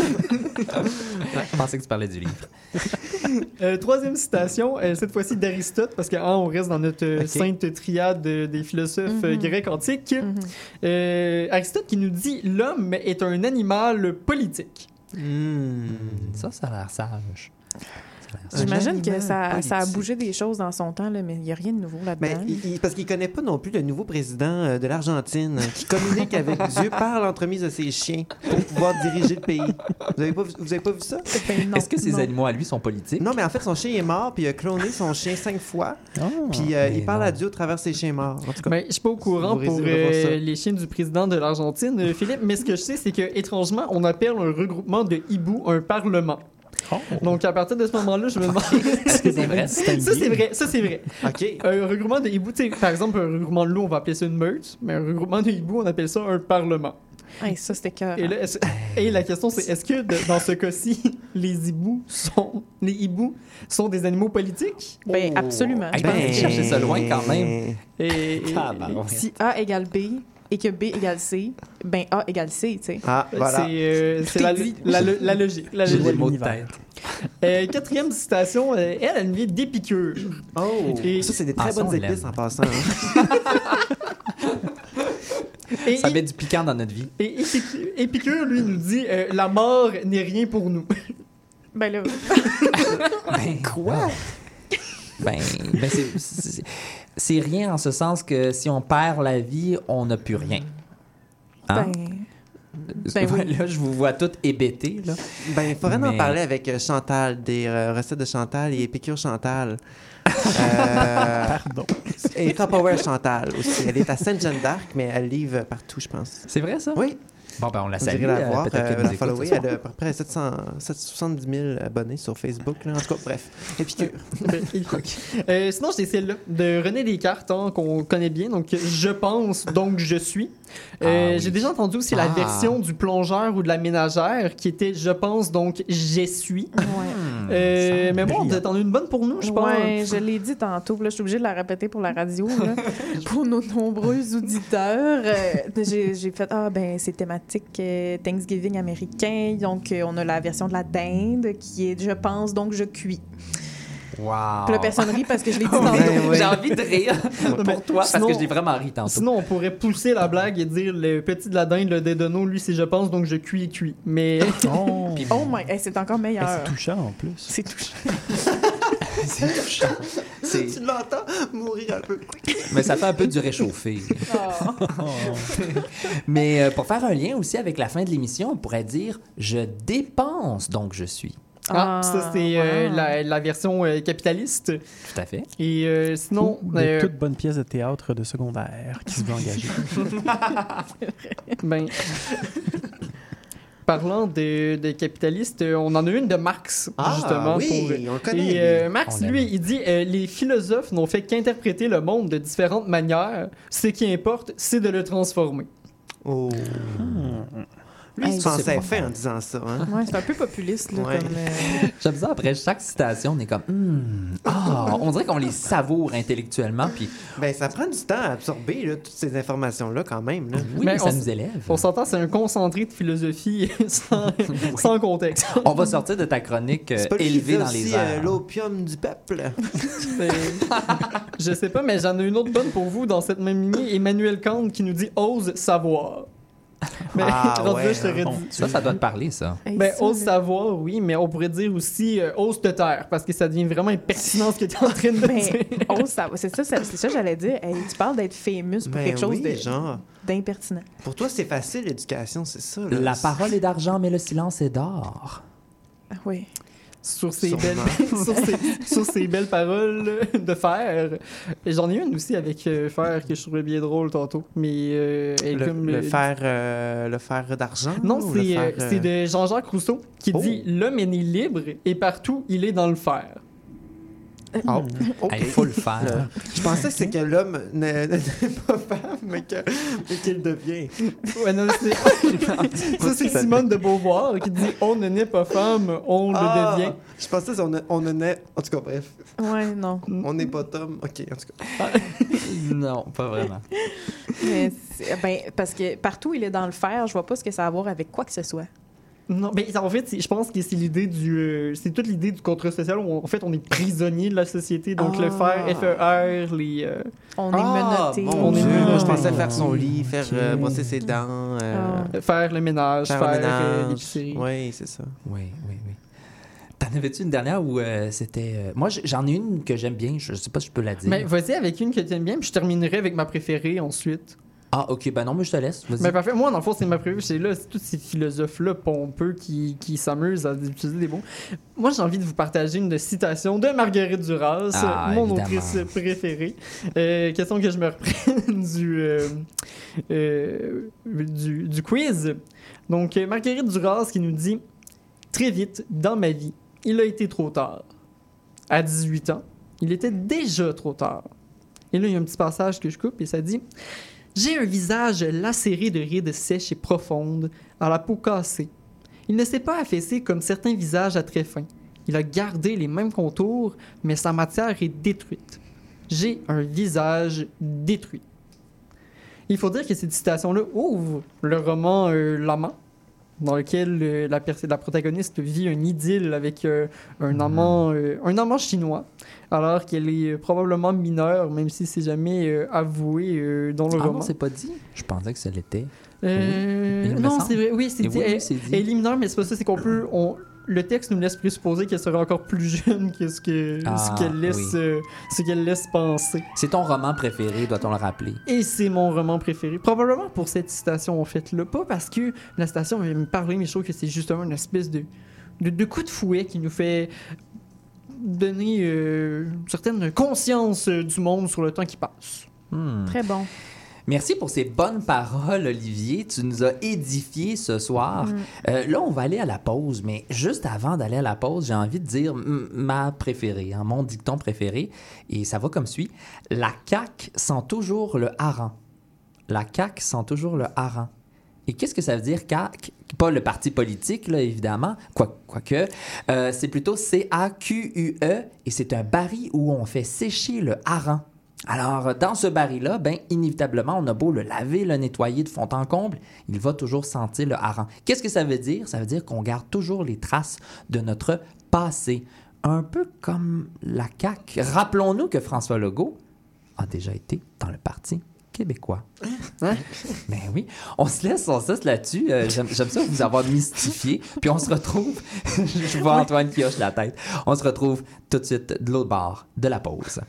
Je pensais que tu parlais du livre. Euh, troisième citation, euh, cette fois-ci d'Aristote, parce que hein, on reste dans notre euh, Ok. sainte triade euh, des philosophes euh, Mhm. grecs antiques. Mhm. Euh, Aristote qui nous dit l'homme est un animal politique. Hmm. Ça, ça a l'air sage. Ça a l'air sage. J'imagine Un que animal ça, ça a politique. bougé des choses dans son temps, là, mais il n'y a rien de nouveau là-dedans. Ben, il- il- parce qu'il connaît pas non plus le nouveau président euh, de l'Argentine euh, qui communique avec Dieu par l'entremise de ses chiens pour pouvoir diriger le pays. Vous avez pas, vu- vous avez pas vu ça? Ben non, Est-ce que ces non. animaux à lui sont politiques? Non, mais en fait, son chien est mort, puis il a cloné son chien cinq fois, Ah. puis euh, mais il parle non. à Dieu au travers ses chiens morts. En tout cas, Ben, je suis pas au courant Vous pour risquez de voir ça. euh, les chiens du président de l'Argentine, euh, Philippe, mais ce que je sais, c'est que étrangement, on appelle un regroupement de hiboux un parlement. Oh. Donc à partir de ce moment-là, je me demande. Est-ce que c'est vrai? Ça c'est vrai, ça c'est vrai. OK. Un regroupement de hiboux, tu sais, par exemple, un regroupement de loups, on va appeler ça une meute, mais un regroupement de hiboux, on appelle ça un parlement. Hey, ça, c'était cœur. Et, là, est-ce- et la question c'est, est-ce que de- dans ce cas-ci, les hiboux sont, les hiboux sont des animaux politiques? Ben, absolument. Hey, ben, chercher ça loin quand même. Et, et- Tabarouette. Si A égale B et que B égale C, ben A égale C, tu sais. Ah, voilà. c'est, euh, c'est la, dit. la, la- la logique. La J'ai logique. des mots de l'univers. tête. Euh, quatrième citation, euh, elle, elle vient d'Épicure. Oh! Et- Ça, c'est des Ah, très ça, on bonnes épices l'aime. en passant. hein. Et, Ça met du piquant dans notre vie. et Épicure, Épicure, lui, nous dit euh, la mort n'est rien pour nous. Ben là, Ben, quoi? Ben, ben c'est, c'est, c'est rien en ce sens que si on perd la vie, on n'a plus rien. Hein? Ben, ben oui. Là, je vous vois toutes hébétées, là. Ben, il faudrait Mais- en parler avec euh, Chantal, des euh, recettes de Chantal et Épicure Chantal. Euh, Pardon. et Tupperware Chantal aussi. Elle est à Sainte-Jeanne d'Arc, mais elle livre partout, je pense. C'est vrai, ça? Oui, Bon, ben, on la vous salue. irez la euh, voir, peut-être euh, qu'elle nous la écoute follower. ce soir. Elle a à peu près sept cents, sept cent soixante-dix mille abonnés sur Facebook. Là. En tout cas, bref, Épicure. Ben, euh, sinon, j'ai celle-là de René Descartes, hein, qu'on connaît bien. Donc, je pense, donc je suis. Euh, Ah, oui. J'ai déjà entendu aussi la Ah. version du plongeur ou de la ménagère qui était je pense, donc j'essuie. Ouais. Euh, mais bon, brillant. t'en as une bonne pour nous, je pense. Ouais, je l'ai dit tantôt. Là, je suis obligée de la répéter pour la radio. Là. Pour nos nombreux auditeurs, euh, j'ai, j'ai fait ah ben c'est thématique euh, Thanksgiving américain. Donc euh, on a la version de la dinde qui est je pense donc je cuis. Wow. Puis là, personne rit parce que je l'ai dit tantôt. Ben oui. J'ai envie de rire pour mais toi parce sinon- que je l'ai vraiment ri tantôt. Sinon, on pourrait pousser la blague et dire le petit de la dinde, le dédono, lui, c'est je pense, donc je cuis et cuis. Mais Oh, Puis- Oh my, hey, c'est encore Hey, meilleur. c'est touchant en plus. C'est touchant. C'est touchant. C'est- Tu l'entends mourir un peu. Mais ça fait un peu du réchauffé. Oh. Mais euh, pour faire un lien aussi avec la fin de l'émission, on pourrait dire « Je dépense, donc je suis ah, ça, c'est euh, wow. la, la version euh, capitaliste. ». Tout à fait. Et euh, sinon, Ou de euh, toute bonne pièce de théâtre de secondaire qui se veut engager. ben, parlant de, de capitaliste, euh, on en a une de Marx, justement. Ah, oui, pour- on le connaît. Et euh, Marx, On l'aime. lui, il dit euh, les philosophes n'ont fait qu'interpréter le monde de différentes manières. Ce qui importe, c'est de le transformer. Oh. Hmm. Lui, il Hey, se c'est pensait pas fin mal. en disant ça. Hein? Ouais, c'est un peu populiste là, Ouais. comme. euh, J'aime ça, après chaque citation, on est comme Hmm, ah, on dirait qu'on les savoure intellectuellement, puis Ben, ça prend du temps à absorber là, toutes ces informations-là quand même. Là. oui, Mais ça on nous s- élève. On s'entend, c'est un concentré de philosophie sans, sans contexte. On va sortir de ta chronique euh, C'est pas lui qui élevée fait dans aussi les euh, airs. l'opium du peuple. C'est- Je sais pas, mais j'en ai une autre bonne pour vous dans cette même lignée. Emmanuel Kant qui nous dit « ose savoir ». Mais Ah, rendu là, ouais, je t'aurais bon. dit... Ça, ça doit te parler, ça. hey, Ben, ça, ose là. savoir, oui, mais on pourrait dire aussi euh, ose te taire, parce que ça devient vraiment impertinent ce que tu es en train de Ben, dire. oh, ça, c'est ça, ça- c'est ça que j'allais dire. Hey, tu parles d'être famous pour Ben quelque chose oui, de- genre. d'impertinent. Pour toi, c'est facile, l'éducation, c'est ça. Là. La parole est d'argent, mais le silence est d'or. Ah oui. Sur ces, Sûrement. belles, sur, ces, sur ces belles paroles de fer. Et j'en ai une aussi avec euh, fer que je trouvais bien drôle tantôt. Mais euh, elle est Le, comme, le euh, fer, euh, le fer d'argent? Non, ou le c'est fer, euh, euh, c'est de Jean-Jacques Rousseau qui Oh. dit l'homme est né libre et partout il est dans le fer. Oh, ok. Il faut le faire. Je pensais que c'est que l'homme n'est n'est pas femme, mais que- mais qu'il devient. Ouais, non, c'est- ça, c'est Simone de Beauvoir qui dit on ne naît pas femme, on Ah, le devient. Je pensais qu'on a- on en est. En tout cas, bref. Ouais, non. On n'est pas Tom. Ok, en tout cas. Non, pas vraiment. Mais c'est- ben, parce que partout il est dans le fer, je vois pas ce que ça a à voir avec quoi que ce soit. Non, mais en fait, c'est- je pense que c'est l'idée du. euh, c'est toute l'idée du contrat social où, on- en fait, on est prisonnier de la société. Donc, le Ah. fer, F E R, les. euh, On est menotté. mon On est Dieu, menotté. je pensais faire son lit, faire Ok. euh, brosser ses dents, euh, Ah. faire le ménage, faire faire, le euh, ménage. l'épicerie. Oui, c'est ça. Oui, oui, oui. T'en avais-tu une dernière où euh, c'était... euh, Moi, j- j'en ai une que j'aime bien. Je sais pas si je peux la dire. Mais vas-y avec une que tu aimes bien, puis je terminerai avec ma préférée ensuite. Ah, OK. Ben non, mais je te laisse. Vas-y. Mais parfait. Moi, dans le fond, c'est ma préférée. C'est là, c'est tous ces philosophes-là pompeux qui, qui s'amusent à utiliser des mots. Moi, j'ai envie de vous partager une citation de Marguerite Duras, Ah, mon évidemment. autrice préférée. Euh, question que je me reprenne du, euh, euh, du, du quiz. Donc, euh, Marguerite Duras qui nous dit « Très vite, dans ma vie, il a été trop tard. À dix-huit ans, il était déjà trop tard. » Et là, il y a un petit passage que je coupe et ça dit « J'ai un visage lacéré de rides sèches et profondes, à la peau cassée. Il ne s'est pas affaissé comme certains visages à traits fins. Il a gardé les mêmes contours, mais sa matière est détruite. J'ai un visage détruit. » Il faut dire que cette citation-là ouvre le roman euh, L'amant, dans lequel euh, la, pers- la protagoniste vit un idylle avec euh, un, amant, euh, un amant chinois, alors qu'elle est euh, probablement mineure, même si c'est jamais euh, avoué euh, dans le Ah roman. non, c'est pas dit? Je pensais que ça l'était. Euh, Oui, il me non, semble. c'est vrai. Oui, c'est Et dit. oui, elle, oui, c'est dit. elle est mineure, mais c'est pas ça. C'est qu'on peut. On, le texte nous laisse présupposer qu'elle serait encore plus jeune que ce que Ah, ce qu'elle laisse, oui. euh, ce qu'elle laisse penser. C'est ton roman préféré, doit-on le rappeler? Et c'est mon roman préféré. Probablement pour cette citation, en fait. Là, pas parce que la citation vient me parler, mais je trouve que c'est justement une espèce de, de, de coup de fouet qui nous fait donner euh, une certaine conscience euh, du monde sur le temps qui passe. Hmm. Très bon. Merci pour ces bonnes paroles, Olivier. Tu nous as édifiés ce soir. Mm. Euh, là, on va aller à la pause, mais juste avant d'aller à la pause, j'ai envie de dire m- ma préférée, hein, mon dicton préféré, et ça va comme suit. La C A Q sent toujours le hareng. La C A Q sent toujours le hareng. Et qu'est-ce que ça veut dire, C A Q? Pas le parti politique, là, évidemment, quoi, quoique. Euh, c'est plutôt C A Q U E, et c'est un baril où on fait sécher le hareng. Alors, dans ce baril-là, ben, inévitablement, on a beau le laver, le nettoyer de fond en comble, il va toujours sentir le hareng. Qu'est-ce que ça veut dire? Ça veut dire qu'on garde toujours les traces de notre passé. Un peu comme la C A Q. Rappelons-nous que François Legault a déjà été dans le Parti québécois. Hein? Ben oui. On se laisse, on se laisse là-dessus. Euh, j'aime, j'aime ça vous avoir mystifié. Puis on se retrouve... Je vois Antoine qui hoche la tête. On se retrouve tout de suite de l'autre bord de la pause.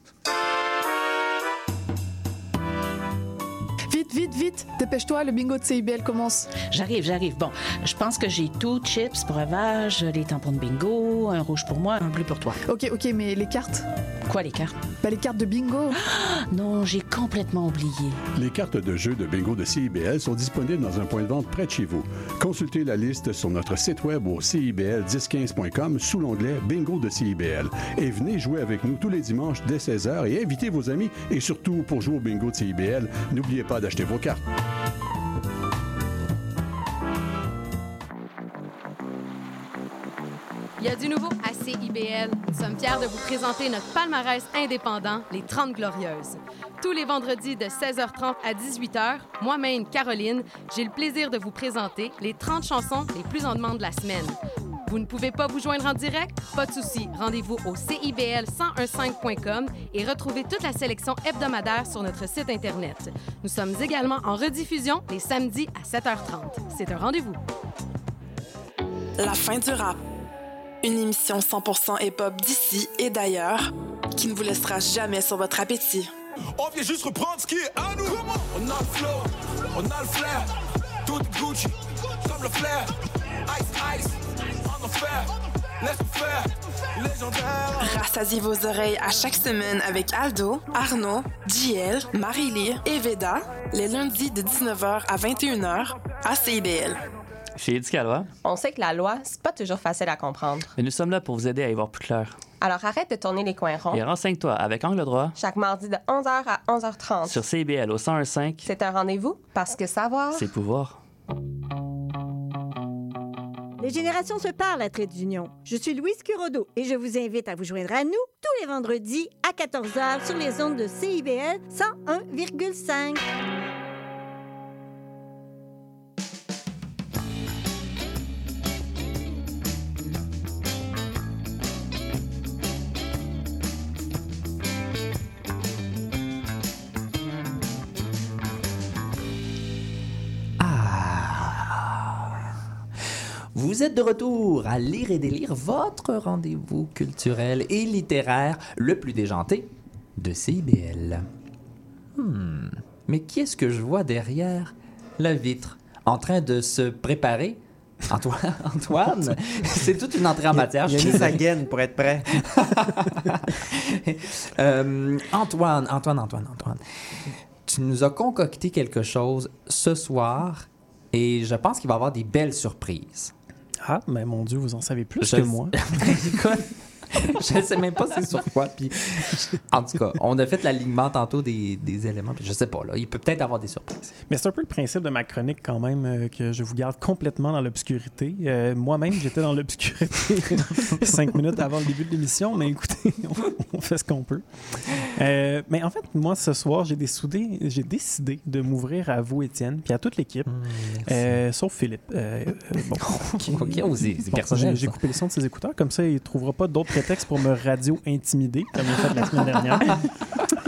Vite, vite, vite! Dépêche-toi, le bingo de C I B L commence. J'arrive, j'arrive. Bon, je pense que j'ai tout. Chips, breuvage, les tampons de bingo, un rouge pour moi, un bleu pour toi. Ok, ok, mais les cartes? Quoi, les cartes? Bah, les cartes de bingo. Ah, non, j'ai complètement oublié. Les cartes de jeu de bingo de C I B L sont disponibles dans un point de vente près de chez vous. Consultez la liste sur notre site web au c i b l dix quinze point com sous l'onglet Bingo de C I B L. Et venez jouer avec nous tous les dimanches dès seize heures et invitez vos amis. Et surtout, pour jouer au bingo de C I B L, n'oubliez pas d'acheter vos cartes. Il y a du nouveau à C I B L. Nous sommes fiers de vous présenter notre palmarès indépendant, les trente Glorieuses. Tous les vendredis de seize heures trente à dix-huit heures, moi-même, Caroline, j'ai le plaisir de vous présenter les trente chansons les plus en demande de la semaine. Vous ne pouvez pas vous joindre en direct? Pas de souci. Rendez-vous au c i b l cent quinze point com et retrouvez toute la sélection hebdomadaire sur notre site Internet. Nous sommes également en rediffusion les samedis à sept heures trente. C'est un rendez-vous. La fin du rap. Une émission cent pour cent hip-hop d'ici et d'ailleurs qui ne vous laissera jamais sur votre appétit. On vient juste reprendre ce qui est à nous. On a le flow, on a le flair. Tout est Gucci, comme le flair. Ice, ice, on en fait. Laisse faire, légendaire. Rassasiez vos oreilles à chaque semaine avec Aldo, Arnaud, J L, Marie-Lee et Veda, les lundis de dix-neuf heures à vingt et une heures à C I B L. Chez Éducalois, on sait que la loi, c'est pas toujours facile à comprendre. Mais nous sommes là pour vous aider à y voir plus clair. Alors arrête de tourner les coins ronds. Et renseigne-toi avec Angle droit. Chaque mardi de onze heures à onze heures trente. Sur C I B L au cent un virgule cinq. C'est un rendez-vous parce que savoir... c'est pouvoir. Les générations se parlent à Trait d'Union. Je suis Louise Curodo et je vous invite à vous joindre à nous tous les vendredis à quatorze heures sur les ondes de C I B L cent un virgule cinq. Vous êtes de retour à Lire et délire, votre rendez-vous culturel et littéraire le plus déjanté de C I B L. Hmm. Mais qui est-ce que je vois derrière la vitre, en train de se préparer? Antoine, Antoine, c'est toute une entrée en matière. Il a mis sa gaine pour être prêt. euh, Antoine, Antoine, Antoine, Antoine, tu nous as concocté quelque chose ce soir et je pense qu'il va y avoir des belles surprises. Ah, mais mon Dieu, vous en savez plus je que moi. Écoute, je ne sais même pas c'est sur quoi. Puis, en tout cas, on a fait l'alignement tantôt des, des éléments. Puis je sais pas, là, il peut peut-être avoir des surprises. Mais c'est un peu le principe de ma chronique quand même, euh, que je vous garde complètement dans l'obscurité. Euh, moi-même, j'étais dans l'obscurité cinq minutes avant le début de l'émission, mais écoutez, on, on fait ce qu'on peut. Euh, mais en fait, moi, ce soir, j'ai décidé, j'ai décidé de m'ouvrir à vous, Étienne, puis à toute l'équipe, mmh, euh, sauf Philippe. Euh, euh, bon, okay. ok, osé, c'est bon, personnel. J'ai, j'ai coupé le son de ses écouteurs, comme ça, il ne trouvera pas d'autres prétexte pour me radio-intimider, comme il a fait la semaine dernière.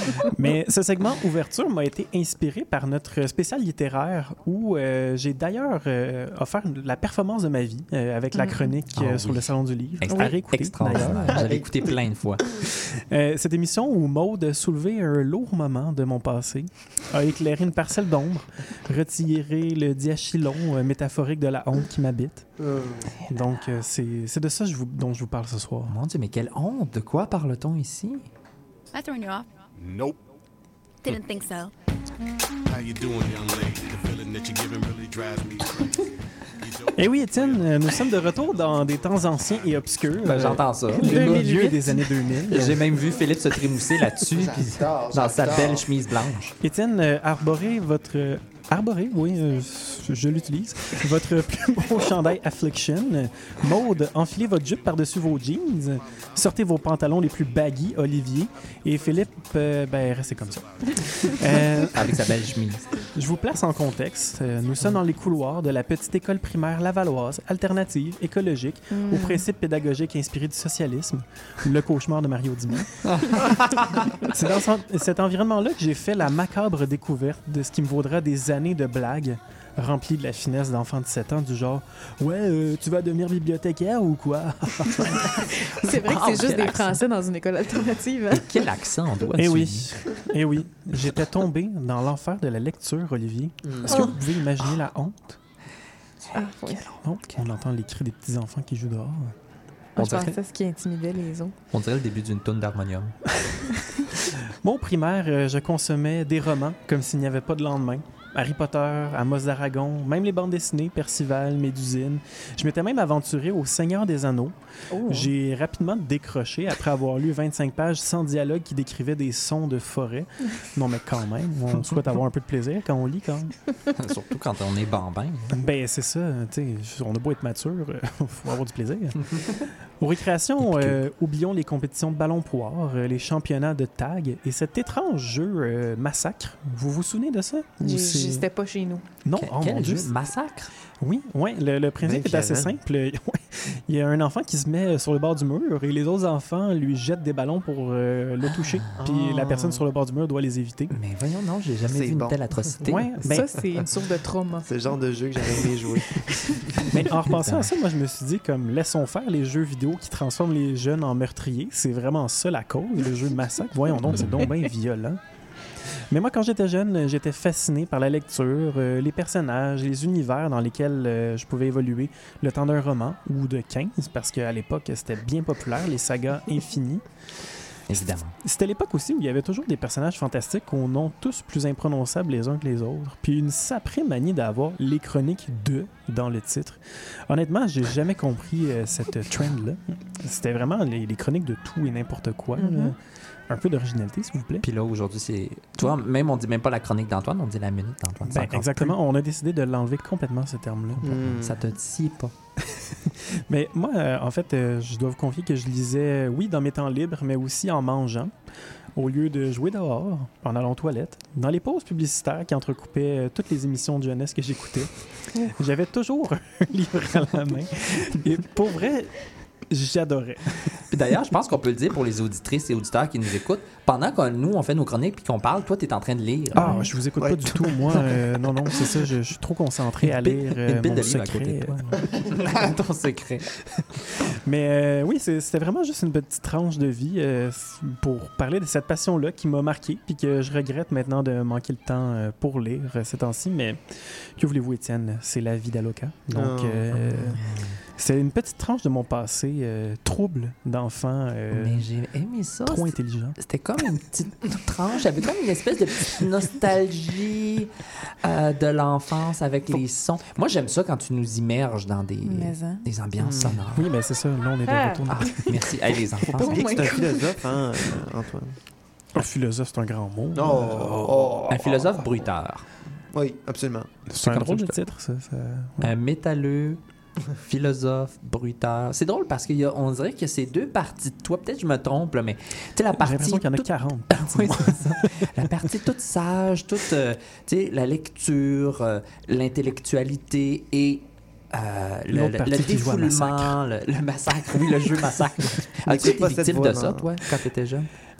Mais ce segment ouverture m'a été inspiré par notre spécial littéraire où euh, j'ai d'ailleurs euh, offert la performance de ma vie euh, avec la chronique euh, Oh, sur oui. le Salon du Livre. Extra- À réécouter, extraordinaire. d'ailleurs. J'avais écouté plein de fois. Euh, cette émission où Maude a soulevé un lourd moment de mon passé, a éclairé une parcelle d'ombre, retiré le diachylon euh, métaphorique de la honte qui m'habite. Donc, euh, c'est c'est de ça je vous, dont je vous parle ce soir. Mon Dieu, mais quelle honte! De quoi parle-t-on ici? I thrown you off? Nope. Didn't think so. How you doing, young lady? The feeling that you're giving really drives me crazy. Eh oui, Étienne, euh, nous sommes de retour dans des temps anciens et obscurs. Ben, j'entends ça. Le milieu des années deux mille. J'ai même vu Philippe se trémousser là-dessus, puis J'adore, dans sa j'adore. belle chemise blanche. Étienne, euh, arborez votre... euh, arborez, oui, euh, je l'utilise. Votre plus beau chandail Affliction. Maude, enfilez votre jupe par-dessus vos jeans. Sortez vos pantalons les plus baggy, Olivier. Et Philippe, euh, ben, restez comme ça. Euh, Avec sa belle chemise. Je vous place en contexte. Euh, Nous sommes dans les couloirs de la petite école primaire lavalloise, alternative, écologique, Mm. aux principes pédagogiques inspirés du socialisme, le cauchemar de Mario Dumont. C'est dans ce- cet environnement-là que j'ai fait la macabre découverte de ce qui me vaudra des années de blagues remplies de la finesse d'enfants de sept ans du genre « Ouais, euh, tu vas devenir bibliothécaire ou quoi? » C'est vrai que Ah, c'est juste quel des accent. Français dans une école alternative. hein. Quel accent on doit Eh suivre. oui, eh oui. J'étais tombé dans l'enfer de la lecture, Olivier. Est-ce que Oh. vous pouvez imaginer la honte? Ah, oui. Oh, on entend les cris des petits-enfants qui jouent dehors. Moi, On je dirait- pensais ce qui intimidait les autres. On dirait le début d'une toune d'harmonium. Mon primaire, euh, je consommais des romans comme s'il n'y avait pas de lendemain. Harry Potter, Amos d'Aragon, même les bandes dessinées, Percival, Médusine. Je m'étais même aventuré au Seigneur des Anneaux. Oh. J'ai rapidement décroché après avoir lu vingt-cinq pages sans dialogue qui décrivaient des sons de forêt. Non, mais quand même, on souhaite avoir un peu de plaisir quand on lit, quand même. Surtout quand on est bambin. Ben, c'est ça, tu sais, on a beau être mature, il faut avoir du plaisir. Aux récréations, euh, oublions les compétitions de ballon poire, euh, les championnats de tag et cet étrange jeu euh, Massacre. Vous vous souvenez de ça? Ou J'ai- c'est- C'était pas chez nous. Non, Quel- oh quel mon Dieu. jeu? Massacre? Oui, ouais, le, le principe Bien est assez violent. simple. Ouais, il y a un enfant qui se met sur le bord du mur et les autres enfants lui jettent des ballons pour euh, le toucher. Puis Ah. la personne sur le bord du mur doit les éviter. Mais voyons, non, j'ai jamais C'est vu bon. une telle atrocité. Ouais, ben, Ça, c'est une source de trauma. C'est le genre de jeu que j'aurais aimé jouer. mais en repensant à ça, moi, je me suis dit, comme, laissons faire les jeux vidéo qui transforment les jeunes en meurtriers. C'est vraiment ça la cause, le jeu Massacre. Voyons donc, c'est donc bien violent. Mais moi, quand j'étais jeune, j'étais fasciné par la lecture, euh, les personnages, les univers dans lesquels euh, je pouvais évoluer le temps d'un roman ou de quinze, parce qu'à l'époque, c'était bien populaire, les sagas infinies. Évidemment. C'était l'époque aussi où il y avait toujours des personnages fantastiques aux noms tous plus imprononçables les uns que les autres. Puis une saprée manie d'avoir les chroniques de dans le titre. Honnêtement, j'ai jamais compris euh, cette trend-là. C'était vraiment les, les chroniques de tout et n'importe quoi. Mhm. là. Un peu d'originalité, s'il vous plaît. Puis là, aujourd'hui, c'est. Toi, même on dit même pas la chronique d'Antoine, on dit la minute d'Antoine. C'est Ben, encore exactement. On a décidé de l'enlever complètement, ce terme-là. plus- Ça te dit pas. Mais moi, euh, en fait, euh, je dois vous confier que je lisais, euh, oui, dans mes temps libres, mais aussi en mangeant, au lieu de jouer dehors, en allant aux toilettes, dans les pauses publicitaires qui entrecoupaient euh, toutes les émissions de jeunesse que j'écoutais. J'avais toujours un livre à la main. Et pour vrai, j'adorais. Puis d'ailleurs, je pense qu'on peut le dire pour les auditrices et auditeurs qui nous écoutent. Pendant que nous, on fait nos chroniques puis qu'on parle, toi, tu es en train de lire. Ah, je vous écoute pas du tout, moi. euh, non, non, c'est ça, je, je suis trop concentré à lire euh, Une bille mon de livre à côté secret. de toi. Ton secret. Mais euh, oui, c'est- c'était vraiment juste une petite tranche de vie euh, pour parler de cette passion-là qui m'a marqué puis que je regrette maintenant de manquer le temps euh, pour lire euh, ces temps-ci. Mais que voulez-vous, Étienne? C'est la vie d'Aloca. Donc, Oh. euh, c'est une petite tranche de mon passé euh, trouble d'enfant euh, Mais j'ai aimé ça. trop C'était- intelligent. C'était comme une petite tranche. J'avais comme une espèce de petite nostalgie euh, de l'enfance avec les sons. Moi, j'aime ça quand tu nous immerges dans des, Mais, hein. des ambiances Hmm. sonores. Oui, mais c'est ça. Là, on est de Ah. retour. Ah, merci. Hey, les enfants. Faut pas oublier que c'est un my God. philosophe, hein, euh, Antoine. Un philosophe, c'est un grand mot. Oh, Un philosophe bruiteur. Oui, absolument. C'est un comme drôle ça de que je titre, ça. ça- Un métalleux, philosophe, bruiteur. C'est drôle parce qu'on dirait que c'est deux parties de toi. Peut-être que je me trompe, là, mais tu sais, la J'ai partie. l'impression qu'il y en a toute- quarante. Oui, c'est ça. La partie toute sage, toute, euh, tu sais, la lecture, euh, l'intellectualité et euh, le, L'autre le- partie le qui joue à défoulement, le, le massacre. Oui, le jeu massacre. As-tu N'écoute été pas cette victime de voix, ça, non. toi, quand tu étais jeune?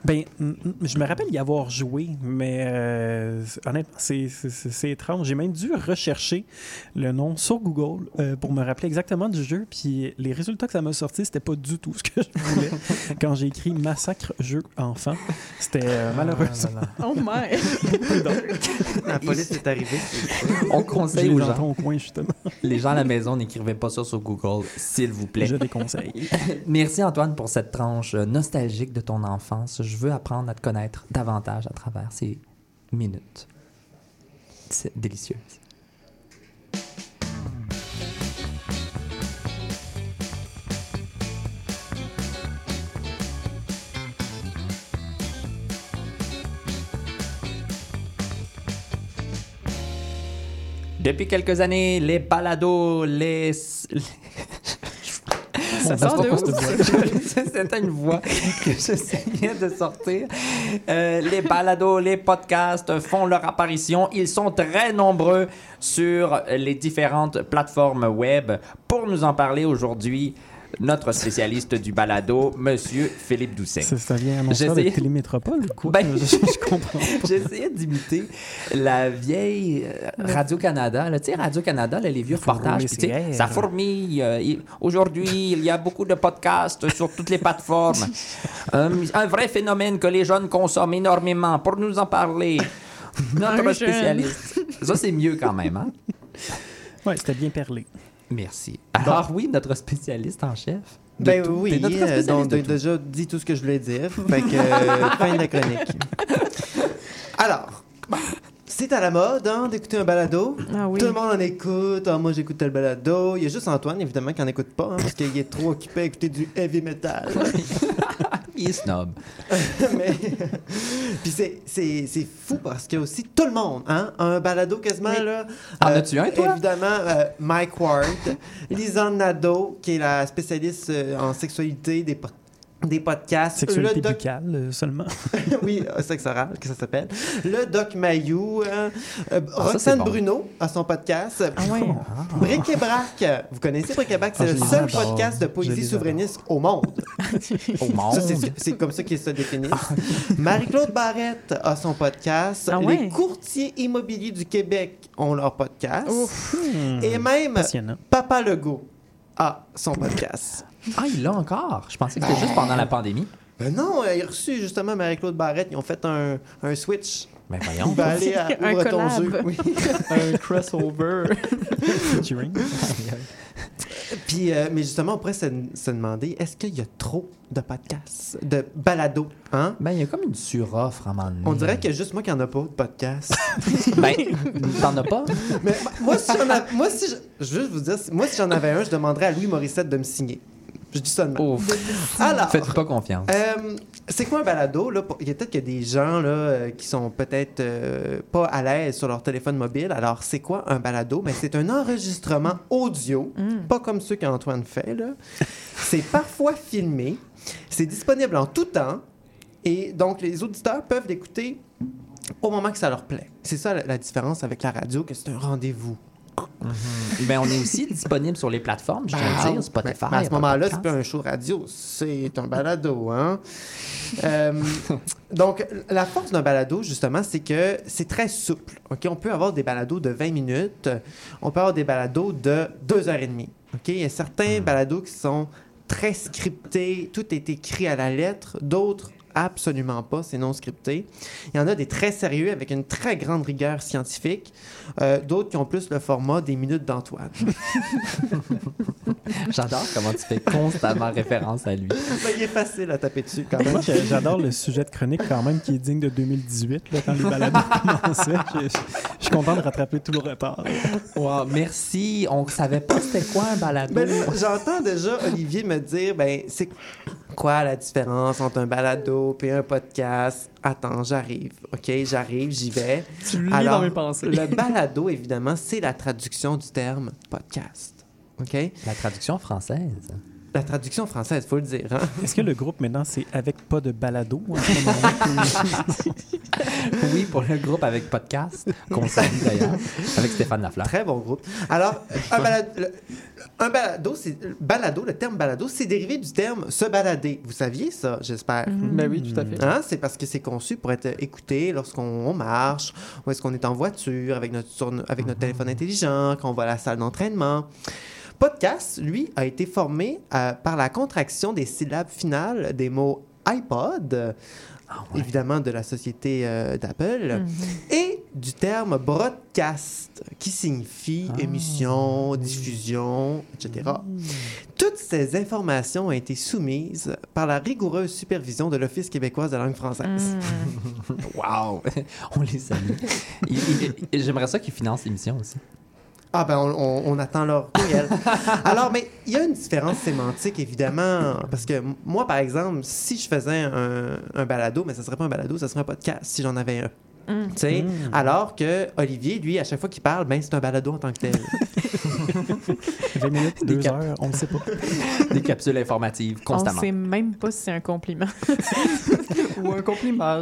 Ben, m- m- je me rappelle y avoir joué, mais euh, honnêtement, c'est, c'est, c'est, c'est étrange. J'ai même dû rechercher le nom sur Google euh, pour me rappeler exactement du jeu, puis les résultats que ça m'a sorti, c'était pas du tout ce que je voulais quand j'ai écrit Massacre jeu enfant. C'était euh, malheureusement. Oh my! La police est arrivée. On conseille J'ai aux les gens. enfants au coin, justement. Les gens à la maison, n'écrivez pas ça sur Google, s'il vous plaît. Je déconseille. Merci Antoine pour cette tranche euh, nostalgique de ton enfance. Je veux apprendre à te connaître davantage à travers ces minutes. C'est délicieux. Depuis quelques années, les balados, les... Ça sort de où, ça? C'était une voix que j'essayais de sortir. Euh, les balados, les podcasts font leur apparition. Ils sont très nombreux sur les différentes plateformes web. Pour nous en parler aujourd'hui, notre spécialiste du balado, Monsieur Philippe Doucet. Ça, ça vient annoncer J'essayais- avec Télémétropole ou quoi? Ben, je, je comprends pas. J'essayais d'imiter la vieille euh, Radio-Canada. là. Tu sais, Radio-Canada, là, les vieux reportages. puis tu sais, fourmiller, ça fourmille. euh, il- Aujourd'hui, il y a beaucoup de podcasts sur toutes les plateformes. Euh, un vrai phénomène que les jeunes consomment énormément. Pour nous en parler, notre Un jeune. spécialiste. Ça, c'est mieux quand même, hein? Ouais, c'était bien perlé. Merci. Alors oui, notre spécialiste en chef. de Ben tout. oui, T'es notre euh, spécialiste donc de t'as tout. déjà dit tout ce que je voulais dire. Fait que, euh, fin de la chronique. Alors, bah, c'est à la mode hein, d'écouter un balado. Ah oui. Tout le monde en écoute. Ah, moi, j'écoute tel balado. Il y a juste Antoine, évidemment, qui n'en écoute pas hein, parce qu'il est trop occupé à écouter du heavy metal. Il est snob. Mais... Puis c'est, c'est, c'est fou parce qu'il y a aussi tout le monde, hein? Un balado quasiment, Oui. là. En as-tu un, toi? Évidemment, euh, Mike Ward, Lisanne Nadeau, qui est la spécialiste euh, en sexualité des, po- des podcasts. Sexualité Le doc- buccale euh, seulement. oui, euh, sexe oral, que ça s'appelle. Le Doc Mayou, euh, euh, Ah, ça, Roxane c'est bon. Bruno a son podcast. Ah ouais. Bric et Brac. Vous connaissez Bric et Brac? C'est Ah, je le les seul adore. podcast de Je poésie les souverainiste au monde. Au monde. Ça, c'est, c'est comme ça qu'ils se définissent. Marie-Claude Barrette a son podcast. Ah ouais? Les courtiers immobiliers du Québec ont leur podcast. Hmm. Et même Passionnant. Papa Legault a son podcast. Ah, il l'a encore. Je pensais que c'était juste pendant la pandémie. Ben non, il a reçu justement Marie-Claude Barrette. Ils ont fait un, un switch. Ben Il voyons. va aller à Un Ouvre ton collab. jeu. Oui. Un crossover. Featuring. Puis, euh, mais justement, on pourrait se, se demander, est-ce qu'il y a trop de podcasts, de balados, hein? Ben, il y a comme une suroffre à un moment donné. On dirait qu'il y a juste moi qui en a pas de podcast. Ben, t'en as pas? Mais moi, si j'en avais, moi, si je, je veux juste vous dire, moi, si j'en avais un, je demanderais à Louis Morissette de me signer. Je dis ça de même. Ouf. Alors, Faites pas confiance. euh, c'est quoi un balado? Là? Pour- Il y a peut-être qu'il y a des gens là, euh, qui sont peut-être euh, pas à l'aise sur leur téléphone mobile. Alors, c'est quoi un balado? Ben, c'est un enregistrement audio, pas comme ceux qu'Antoine fait. Là. C'est parfois filmé. C'est disponible en tout temps. Et donc, les auditeurs peuvent l'écouter au moment que ça leur plaît. C'est ça la, la différence avec la radio, que c'est un rendez-vous. Ben, on est aussi disponible sur les plateformes, je tiens à dire, Spotify. Mais à ce Apple moment-là, c'est Podcasts. pas un show radio, c'est un balado, hein? Euh, donc, la force d'un balado, justement, c'est que c'est très souple, OK? On peut avoir des balados de vingt minutes, on peut avoir des balados de deux heures et demie, OK? Il y a certains balados qui sont très scriptés, tout est écrit à la lettre, d'autres absolument pas, c'est non scripté. Il y en a des très sérieux avec une très grande rigueur scientifique, euh, d'autres qui ont plus le format des minutes d'Antoine. J'adore comment tu fais constamment référence à lui. Ben, il est facile à taper dessus quand même. Moi, j'ai- j'adore le sujet de chronique quand même qui est digne de deux mille dix-huit, là, quand les balados commençaient. Je, je- je suis content de rattraper tout le retard. Wow, merci. On savait pas c'était quoi un balado. Ben là, j'entends déjà Olivier me dire, ben, c'est quoi la différence entre un balado et un podcast? Attends, j'arrive, OK? J'arrive, j'y vais. Tu lis dans mes pensées. Le balado, évidemment, c'est la traduction du terme podcast, OK? La traduction française. la traduction française, il faut le dire. Hein? Est-ce que le groupe maintenant, c'est avec pas de balado? En ce moment? Oui, pour le groupe avec podcast, qu'on salue d'ailleurs, avec Stéphane Lafleur. Très bon groupe. Alors, un balado, le, un balado, c'est, balado, le terme balado, c'est dérivé du terme se balader. Vous saviez ça, j'espère? Mm-hmm. Ben oui, tout à fait. Hein? C'est parce que c'est conçu pour être écouté lorsqu'on on marche, ou est-ce qu'on est en voiture, avec notre, sur, avec notre téléphone intelligent, quand on va à la salle d'entraînement. Podcast, lui, a été formé euh, par la contraction des syllabes finales des mots iPod, ah ouais. évidemment de la société euh, d'Apple, mm-hmm. et du terme broadcast, qui signifie ah. émission, diffusion, et cetera. Mm. Toutes ces informations ont été soumises par la rigoureuse supervision de l'Office québécois de la langue française. Mm. Wow! On les salue. il, il, il, j'aimerais ça qu'ils financent l'émission aussi. Ah ben, on, on, on attend leur courriel. Alors, mais il y a une différence sémantique, évidemment, parce que moi, par exemple, si je faisais un, un balado, mais ça serait pas un balado, ça serait un podcast, si j'en avais un. Mm. Tu sais, mm. alors que Olivier, lui, à chaque fois qu'il parle, ben c'est un balado en tant que tel. vingt minutes, deux cap- heures, on ne sait pas. Des capsules informatives, constamment. On ne sait même pas si c'est un compliment. Ou un compliment.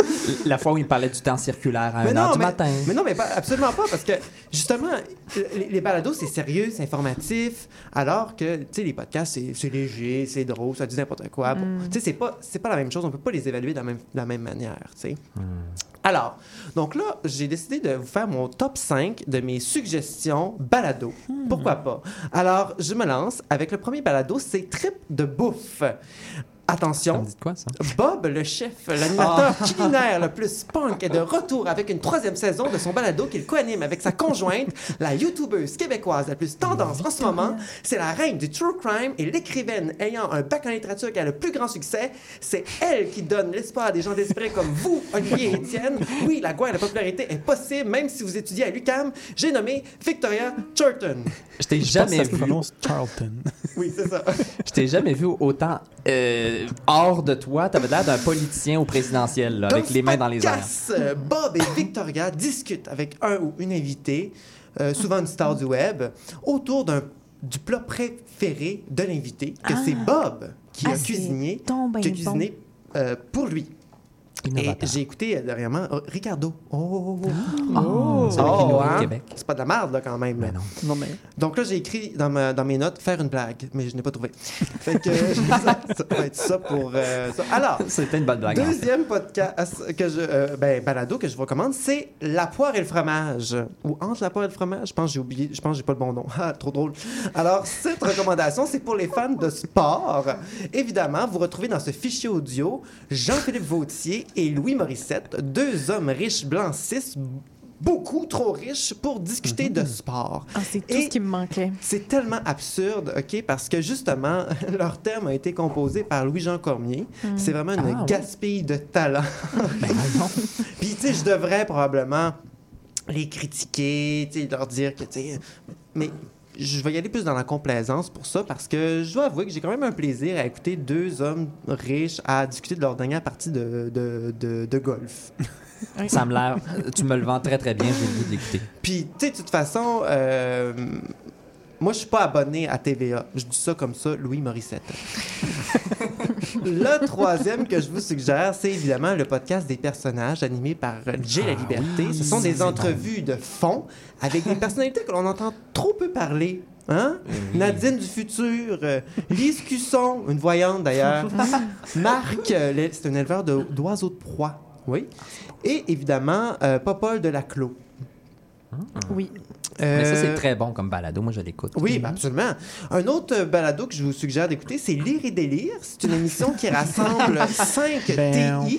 La fois où il parlait du temps circulaire à mais une non, heure du mais, matin. Mais non, mais pas, absolument pas, parce que justement, les, les balados, c'est sérieux, c'est informatif, alors que, tu sais, les podcasts, c'est, c'est léger, c'est drôle, ça dit n'importe quoi. Mm. Tu sais, c'est pas, c'est pas la même chose, on peut pas les évaluer de la même, de la même manière, tu sais. Mm. Alors, donc là, j'ai décidé de vous faire mon top cinq de mes suggestions balado. Hmm. Pourquoi pas? Alors, je me lance avec le premier balado, c'est Trip de bouffe. Attention, ça me dit quoi, ça? Bob, le chef, l'animateur oh. culinaire le plus punk, est de retour avec une troisième saison de son balado qu'il co-anime avec sa conjointe, la youtubeuse québécoise la plus tendance en ce moment. C'est la reine du true crime et l'écrivaine ayant un bac en littérature qui a le plus grand succès. C'est elle qui donne l'espoir à des gens désespérés comme vous, Olivier et Étienne. Oui, la gloire et la popularité est possible, même si vous étudiez à l'U Q A M. J'ai nommé Victoria Charlton. Je t'ai jamais vu. Charlton. Oui, c'est ça. Je t'ai jamais vu autant euh, hors de toi. T'avais l'air d'un politicien au présidentiel, là, avec les mains dans les airs. Euh, Bob et Victoria discutent avec un ou une invitée, euh, souvent une star du web, autour d'un, du plat préféré de l'invité, que ah. c'est Bob qui ah, a cuisiné, qui a cuisiné bon. euh, pour lui. Et j'ai écouté euh, dernièrement oh, Ricardo. Oh, oh, oh. C'est oh, oh hein? Québec. C'est pas de la merde, là, quand même. Mais non. non mais... Donc là, j'ai écrit dans, ma, dans mes notes faire une blague, mais je n'ai pas trouvé. Fait que euh, ça, ça va être ça pour euh, ça. Alors, c'était une bonne blague. Deuxième podcast que je, euh, ben, balado que je vous recommande, c'est La poire et le fromage. Ou Entre la poire et le fromage. Je pense que j'ai oublié, je pense que j'ai pas le bon nom. Ah, trop drôle. Alors, cette recommandation, c'est pour les fans de sport. Évidemment, vous retrouvez dans ce fichier audio Jean-Philippe Vautier et Louis Morissette, deux hommes riches blancs cis, beaucoup trop riches pour discuter mm-hmm. de sport. Ah, c'est tout et ce qui me manquait. C'est tellement absurde, OK, parce que justement, leur thème a été composé par Louis-Jean Cormier. Mm. C'est vraiment une ah, gaspille oui. de talent. Ben non. Puis, tu sais, je devrais probablement les critiquer, tu sais, leur dire que, tu sais... Mais... je vais y aller plus dans la complaisance pour ça, parce que je dois avouer que j'ai quand même un plaisir à écouter deux hommes riches à discuter de leur dernière partie de, de, de, de golf. Ça me l'air... Tu me le vends très, très bien. J'ai le goût de l'écouter. Puis, tu sais, de toute façon, euh, moi, je suis pas abonné à T V A. Je dis ça comme ça, Louis Morissette. Le troisième que je vous suggère, c'est évidemment le podcast des personnages animé par Jay ah, La Liberté. Oui, ce sont des entrevues bon. de fond avec des personnalités que l'on entend trop peu parler. Hein? Oui. Nadine du futur, euh, Lise Cusson, une voyante d'ailleurs, Marc, euh, c'est un éleveur de, d'oiseaux de proie. Oui. Et évidemment, euh, Popol de la Clos. Oui. Euh, Mais ça, c'est très bon comme balado. Moi, je l'écoute. Oui, ben absolument. Un autre balado que je vous suggère d'écouter, c'est Lire et délire. C'est une émission qui rassemble cinq ben... T I.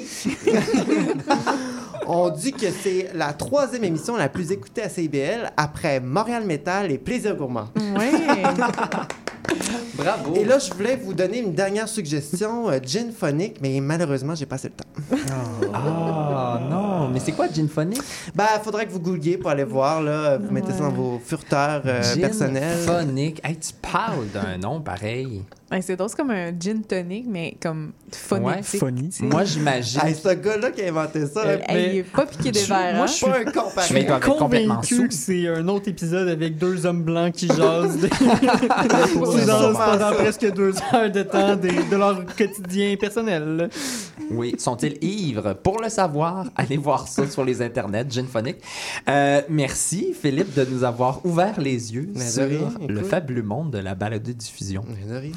On dit que c'est la troisième émission la plus écoutée à C I B L après Montréal Métal et Plaisir Gourmand. Oui. Bravo. Et là, je voulais vous donner une dernière suggestion, euh, Gin Phonic, mais malheureusement, j'ai pas assez le temps. Ah oh, non, mais c'est quoi Gin Phonic? Ben, il faudrait que vous googliez pour aller voir, là. Vous mettez ouais. ça dans vos furteurs euh, Gin personnels. Phonic. Hey, tu parles d'un nom pareil. Ouais, c'est drôle, c'est comme un gin tonic, mais comme phonétique. Ouais, funny. Moi, j'imagine. Hey, ce gars-là qui a inventé ça, Euh, Hey, il est pas piqué des je- verres, moi, hein? je suis pas un comparé. Mais il doit être complètement sous. convaincu que c'est un autre épisode avec deux hommes blancs qui jasent de... qui C'est jasent sûrement pendant ça. presque deux heures de temps des- de leur quotidien personnel. Oui, sont-ils ivres? Pour le savoir, allez voir ça sur les internets, Ginphonic. Euh, merci, Philippe, de nous avoir ouvert les yeux Mais de sur rien, le écoute. fabuleux monde de la balado-diffusion. Mais de rien.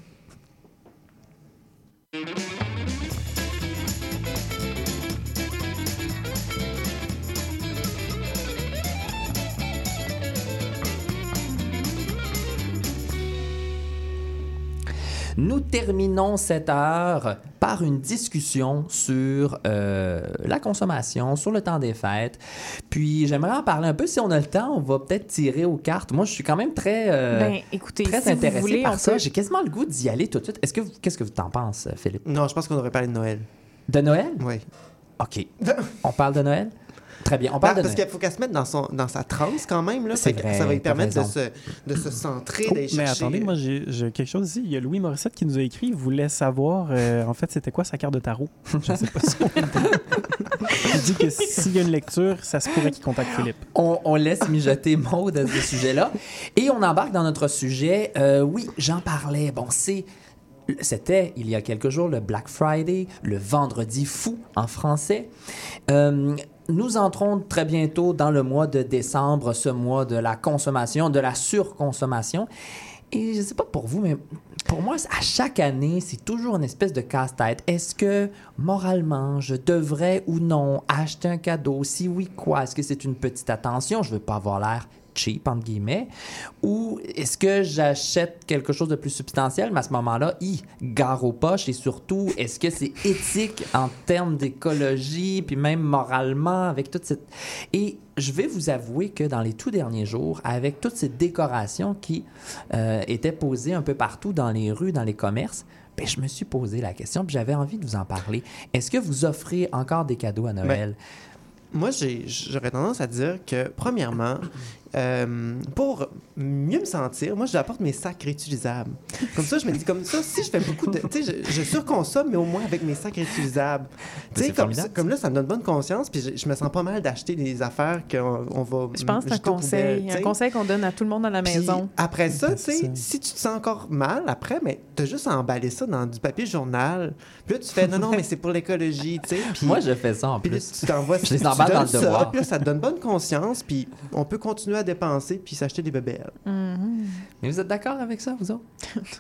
Nous terminons cette heure par une discussion sur euh, la consommation, sur le temps des fêtes. Puis j'aimerais en parler un peu. Si on a le temps, on va peut-être tirer aux cartes. Moi, je suis quand même très, euh, Ben, écoutez, très si vous intéressé voulez, par on ça. peut- J'ai quasiment le goût d'y aller tout de suite. Est-ce que vous- qu'est-ce que vous t'en penses, Philippe? Non, je pense qu'on devrait parler de Noël. De Noël? Oui. OK. On parle de Noël? Très bien. On parle Ah, de parce Noël. qu'il faut qu'elle se mette dans, son, dans sa transe quand même. Là. C'est Fait que vrai, ça va lui t'as permettre de raison. se, de se centrer, Oh, d'aller mais chercher. attendez, moi j'ai j'ai quelque chose ici. Il y a Louis Morissette qui nous a écrit. Il voulait savoir, euh, en fait, c'était quoi sa carte de tarot. Je ne sais pas si on Il dit que s'il y a une lecture, ça se pourrait qu'il contacte Philippe. On, on laisse mijoter Maud à ce sujet-là. Et on embarque dans notre sujet. Euh, oui, j'en parlais. Bon, c'est... C'était, il y a quelques jours, le Black Friday, le vendredi fou en français. Euh, nous entrons très bientôt dans le mois de décembre, ce mois de la consommation, de la surconsommation. Et je ne sais pas pour vous, mais pour moi, à chaque année, c'est toujours une espèce de casse-tête. Est-ce que, moralement, je devrais ou non acheter un cadeau? Si oui, quoi? Est-ce que c'est une petite attention? Je ne veux pas avoir l'air cheap, entre guillemets. Ou est-ce que j'achète quelque chose de plus substantiel, mais à ce moment-là, hi, gare aux poches. Et surtout, est-ce que c'est éthique en termes d'écologie, puis même moralement, avec toute cette... Et je vais vous avouer que dans les tout derniers jours, avec toutes ces décorations qui euh, étaient posées un peu partout dans les rues, dans les commerces, ben, je me suis posé la question, puis j'avais envie de vous en parler. Est-ce que vous offrez encore des cadeaux à Noël? Ben, moi, j'ai- j'aurais tendance à dire que, premièrement, euh, pour mieux me sentir, moi, j'apporte mes sacs réutilisables. Comme ça, je me dis, comme ça, si je fais beaucoup de... Tu sais, je, je surconsomme, mais au moins avec mes sacs réutilisables. Tu sais, C'est comme, formidable, ça- comme là, ça me donne bonne conscience, puis je, je me sens pas mal d'acheter des affaires qu'on on va Je pense que c'est un jeter aux conseil, poubelles, tu un sais. conseil qu'on donne à tout le monde dans la Puis maison. après ça, Ben, tu c'est sais, ça. si tu te sens encore mal, après, mais t'as juste à emballer ça dans du papier journal. Puis là, tu fais, non, non, mais c'est pour l'écologie, tu sais. Puis Moi, je fais ça en puis là, plus. tu t'envoies Je les tu emballe donnes dans le ça, devoir. Puis là, ça te donne bonne conscience, puis on peut continuer à dépenser puis s'acheter des bébelles. Mhm. Mais vous êtes d'accord avec ça, vous autres?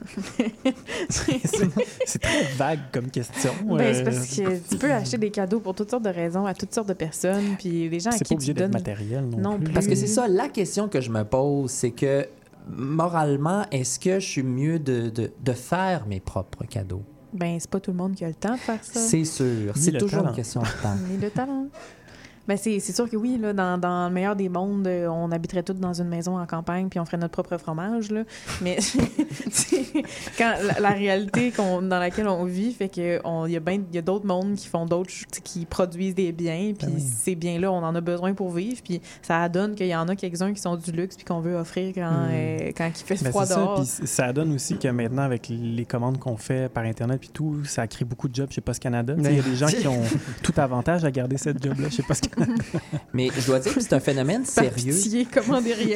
C'est très vague comme question. Ben, c'est euh, parce que tu peux acheter des cadeaux pour toutes sortes de raisons à toutes sortes de personnes, puis les gens à C'est qui pas tu obligé d'être donnes... matériel non, Non plus. plus. Parce que c'est ça, la question que je me pose, c'est que moralement, est-ce que je suis mieux de, de, de faire mes propres cadeaux? Ben, c'est pas tout le monde qui a le temps de faire ça. C'est sûr. C'est le toujours talent. une question de temps. Mais le talent. Ben c'est, c'est sûr que oui, là, dans, dans le meilleur des mondes, euh, on habiterait tous dans une maison en campagne puis on ferait notre propre fromage. Là. Mais c'est- quand la, la réalité qu'on, dans laquelle on vit fait qu'il y a, ben, y a d'autres mondes qui font d'autres, ch- qui produisent des biens. Puis Ben oui. ces biens-là, on en a besoin pour vivre. Puis ça donne qu'il y en a quelques-uns qui sont du luxe puis qu'on veut offrir quand, Mm. euh, quand il fait Ben, froid c'est ça, dehors. puis c- ça donne aussi que maintenant, avec les commandes qu'on fait par Internet puis tout, ça crée beaucoup de jobs chez Post Canada. Tu sais, Il y a des gens qui ont tout avantage à garder cette job-là chez Post Canada. Mais je dois dire que c'est un phénomène Par sérieux. pitié, commandez rien.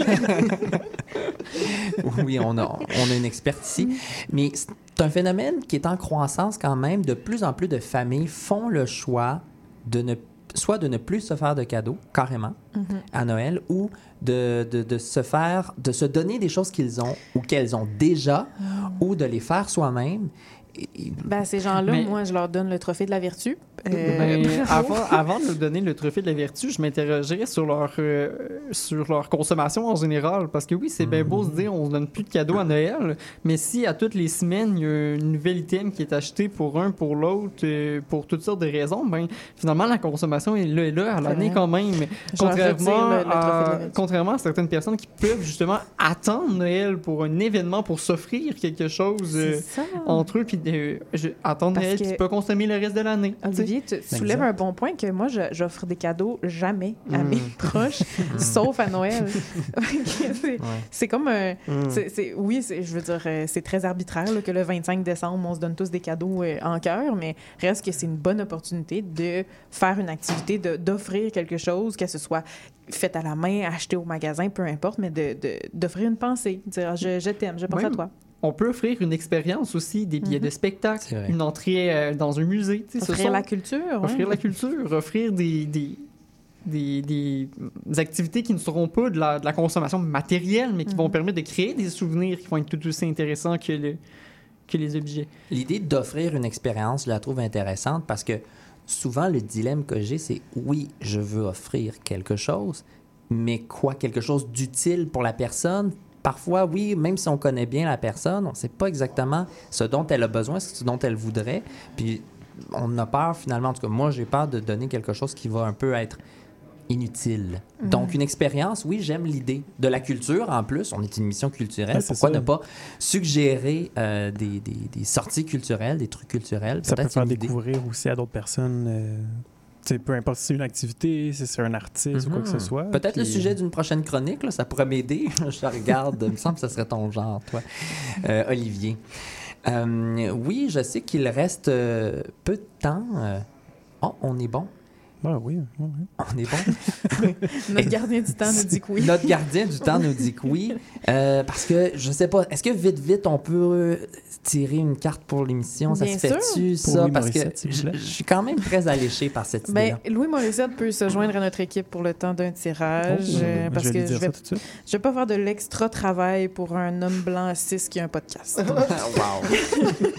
Oui, on a, on a une experte ici. Mais c'est un phénomène qui est en croissance quand même. De plus en plus de familles font le choix de ne soit de ne plus se faire de cadeaux, carrément, Mhm. à Noël, ou de, de, de se faire, de se donner des choses qu'ils ont ou qu'elles ont déjà, ou de les faire soi-même. Et- et- Ben, ces gens-là, Mais- moi, je leur donne le trophée de la vertu. Euh, Ben, bravo. avant, avant de nous donner le trophée de la vertu, je m'interrogerais sur leur, euh, sur leur consommation en général. Parce que oui, c'est bien beau se dire on ne donne plus de cadeaux à Noël, mais si à toutes les semaines, il y a un nouvel item qui est acheté pour un, pour l'autre, euh, pour toutes sortes de raisons, ben, finalement, la consommation est là et là à l'année vrai. quand même. Je vais Contrairement, retire le- le trophée de la à, vertu. contrairement à certaines personnes qui peuvent justement attendre Noël pour un événement, pour s'offrir quelque chose euh, C'est ça. entre eux, puis euh, je- attendre Parce Noël, que- puis pas consommer le reste de l'année. tu sais. Olivier, Olivier, tu soulèves un bon point que moi, je- j'offre des cadeaux jamais à Mm. mes proches, sauf à Noël. c'est, Ouais. c'est comme un... Mm. c'est- c'est- oui, c'est- je veux dire, euh, c'est très arbitraire là, que le vingt-cinq décembre, on se donne tous des cadeaux euh, en cœur, mais reste que c'est une bonne opportunité de faire une activité, de, d'offrir quelque chose, que ce soit fait à la main, acheté au magasin, peu importe, mais de, de- d'offrir une pensée, dire je, je t'aime, je pense Même, à toi. On peut offrir une expérience aussi, des billets Mhm. de spectacle, C'est vrai. une entrée euh, dans un musée. tu sais, ce Offrir sont- la culture. Offrir ouais. la culture, offrir des, des, des, des- des activités qui ne seront pas de la, de la consommation matérielle, mais qui vont Mhm. permettre de créer des souvenirs qui vont être tout aussi intéressants que, le, que les objets. L'idée d'offrir une expérience, je la trouve intéressante parce que souvent, le dilemme que j'ai, c'est oui, je veux offrir quelque chose, mais quoi? Quelque chose d'utile pour la personne? Parfois, oui, même si on connaît bien la personne, on ne sait pas exactement ce dont elle a besoin, ce dont elle voudrait. Puis, on a peur finalement, en tout cas, moi, j'ai peur de donner quelque chose qui va un peu être inutile. Mhm. Donc, une expérience, oui, j'aime l'idée. De la culture, en plus, on est une émission culturelle. Ouais, c'est Pourquoi ça. ne pas suggérer euh, des, des, des sorties culturelles, des trucs culturels? Ça peut Peut-être faire une idée. découvrir aussi à d'autres personnes, euh, tu sais, peu importe si c'est une activité, si c'est un artiste ou quoi que ce Mhm. soit. Peut-être le Puis- sujet d'une prochaine chronique, là, ça pourrait m'aider. Je te regarde, il me semble que ce serait ton genre, toi, Euh, Olivier. Euh, oui, je sais qu'il reste euh, peu de temps. Euh, Oh, on est bon. Ah oui, oui, oui. On est bon. Notre gardien du temps nous dit que oui. Notre gardien du temps nous dit que oui. Euh, parce que, je sais pas, est-ce que vite, vite, on peut euh, tirer une carte pour l'émission? Ça Bien se fait-tu, sûr. ça? Pour Louis Parce que Morissette, s'il vous je plaît. je suis quand même très alléché par cette Ben, idée-là. Louis Morissette peut se joindre à notre équipe pour le temps d'un tirage. Oh, euh, je parce vais lui que dire je vais, ça tout de suite. je vais pas faire de l'extra travail pour un homme blanc cis qui a un podcast. Wow.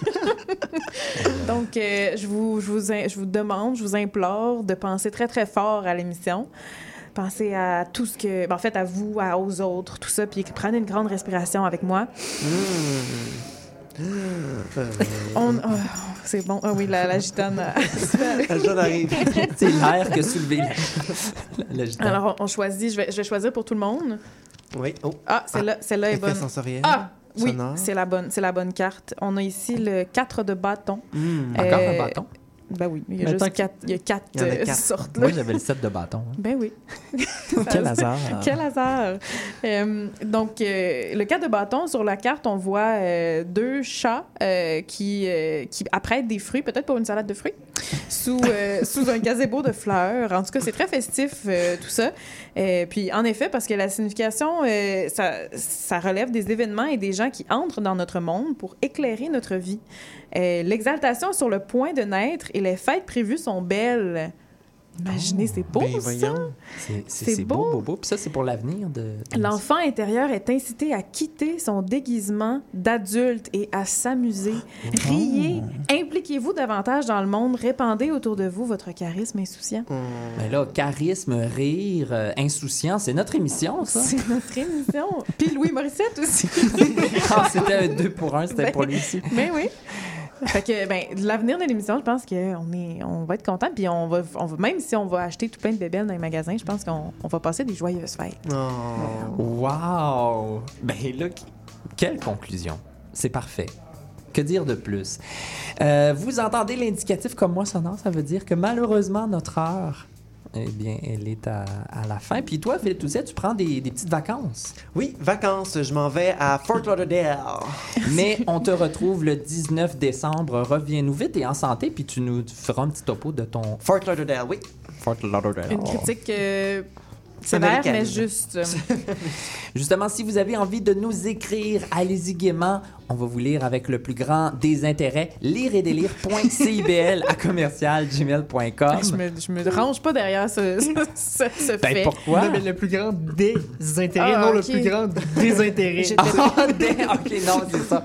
Donc, euh, je, vous, je, vous, in- je vous demande, je vous implore de penser très, très fort à l'émission. Pensez à tout ce que... ben, en fait, à vous, à, aux autres, tout ça. Puis prenez une grande respiration avec moi. On, oh, c'est bon. Ah oui, la, la gitane. La jeune arrive. C'est l'air que soulevé la, la gitane. Alors, on, on choisit. Je vais, je vais choisir pour tout le monde. Oui. Oh. Ah, celle-là, celle-là est Effet bonne. sensoriel. Ah, oui, Sonore. c'est la bonne, c'est la bonne carte. On a ici le quatre de bâton. Hmm. Encore un Euh, bâton? Ben oui, il y a Mais juste tant que- quatre, il y a quatre, Il y en a euh, quatre. sortes. Là. Moi, j'avais le set de bâton. hein. Ben oui. Quel hasard. Quel hasard. Euh, donc, euh, le cas de bâton, sur la carte, on voit euh, deux chats euh, qui, euh, qui apprêtent des fruits, peut-être pour une salade de fruits, sous, euh, sous un gazebo de fleurs. En tout cas, c'est très festif, euh, tout ça. Euh, puis, en effet, parce que la signification, euh, ça, ça relève des événements et des gens qui entrent dans notre monde pour éclairer notre vie. Euh, L'exaltation est sur le point de naître et les fêtes prévues sont belles. Imaginez, c'est beau, Ben ça! voyons. C'est, c'est, C'est c'est beau, beau. beau, beau. Puis ça, c'est pour l'avenir de... de- L'enfant intérieur est incité à quitter son déguisement d'adulte et à s'amuser. Riez, impliquez-vous davantage dans le monde, répandez autour de vous votre charisme insouciant. Mais là, charisme, rire, euh, insouciant, c'est notre émission, ça. C'est notre émission. Puis Louis Morissette aussi. Ah, c'était un deux pour un, c'était Ben, pour lui aussi. Ben oui. Fait que, ben, l'avenir de l'émission, je pense qu'on est, on va être content. Puis on va, on va, même si on va acheter tout plein de bébelles dans les magasins, je pense qu'on on va passer des joyeuses fêtes. Oh. Wow! Ben là, qui- quelle conclusion. C'est parfait. Que dire de plus? Euh, vous entendez l'indicatif comme moi sonore, ça veut dire que malheureusement, notre heure, eh bien, elle est à, à la fin. Puis toi, Philippe Toussaint, tu prends des, des petites vacances. Oui, vacances. Je m'en vais à Fort Lauderdale. Mais on te retrouve le dix-neuf décembre. Reviens-nous vite et en santé, puis tu nous feras un petit topo de ton Fort Lauderdale, oui. Fort Lauderdale. Une critique euh, sévère, Américaine. mais juste. euh, Justement, si vous avez envie de nous écrire, allez-y gaiement. On va vous lire avec le plus grand des intérêts. lire et délire point c i b l à commercial gmail point com. je, me, je me range pas derrière ce, ce, ce, ce Ben, fait. pourquoi? Non, mais le plus grand désintérêt, Ah, non ok. le plus grand désintérêt. J'étais- Ah, dé- ok, non, c'est ça.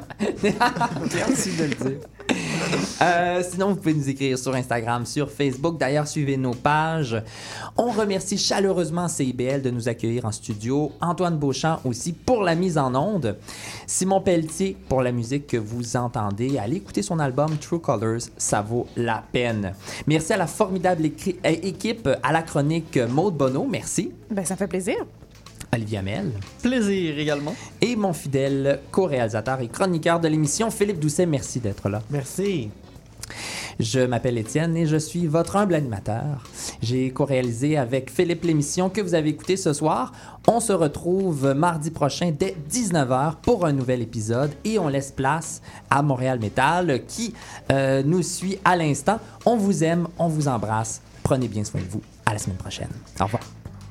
Merci de le dire. Euh, sinon, vous pouvez nous écrire sur Instagram, sur Facebook. D'ailleurs, suivez nos pages. On remercie chaleureusement C I B L de nous accueillir en studio. Antoine Beauchamp aussi pour la mise en onde. Simon Pelletier pour la musique que vous entendez. Allez écouter son album True Colors, ça vaut la peine. Merci à la formidable écri- euh, équipe à la chronique Maude Bonneau. Merci. Ben, ça fait plaisir. Olivier Hamel. Plaisir également. Et mon fidèle co-réalisateur et chroniqueur de l'émission, Philippe Doucet, merci d'être là. Merci. Je m'appelle Étienne et je suis votre humble animateur. J'ai co-réalisé avec Philippe l'émission que vous avez écoutée ce soir. On se retrouve mardi prochain dès dix-neuf heures pour un nouvel épisode et on laisse place à Montréal Métal qui euh, nous suit à l'instant. On vous aime, on vous embrasse. Prenez bien soin de vous. À la semaine prochaine. Au revoir.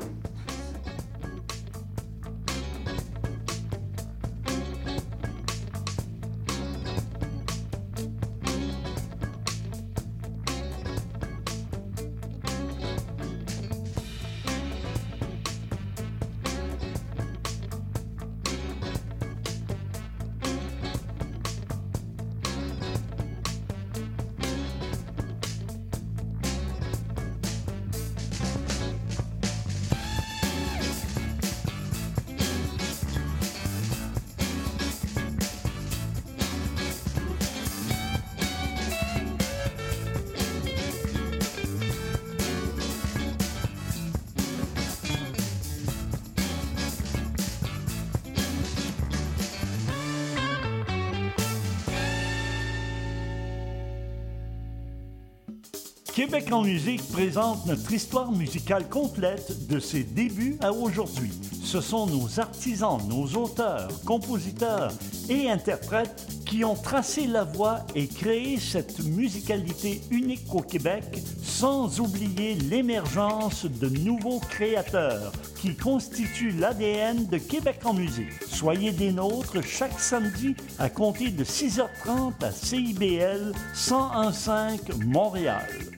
Québec en musique présente notre histoire musicale complète de ses débuts à aujourd'hui. Ce sont nos artisans, nos auteurs, compositeurs et interprètes qui ont tracé la voie et créé cette musicalité unique au Québec, sans oublier l'émergence de nouveaux créateurs qui constituent l'A D N de Québec en musique. Soyez des nôtres chaque samedi à compter de six heures trente à C I B L cent un virgule cinq Montréal.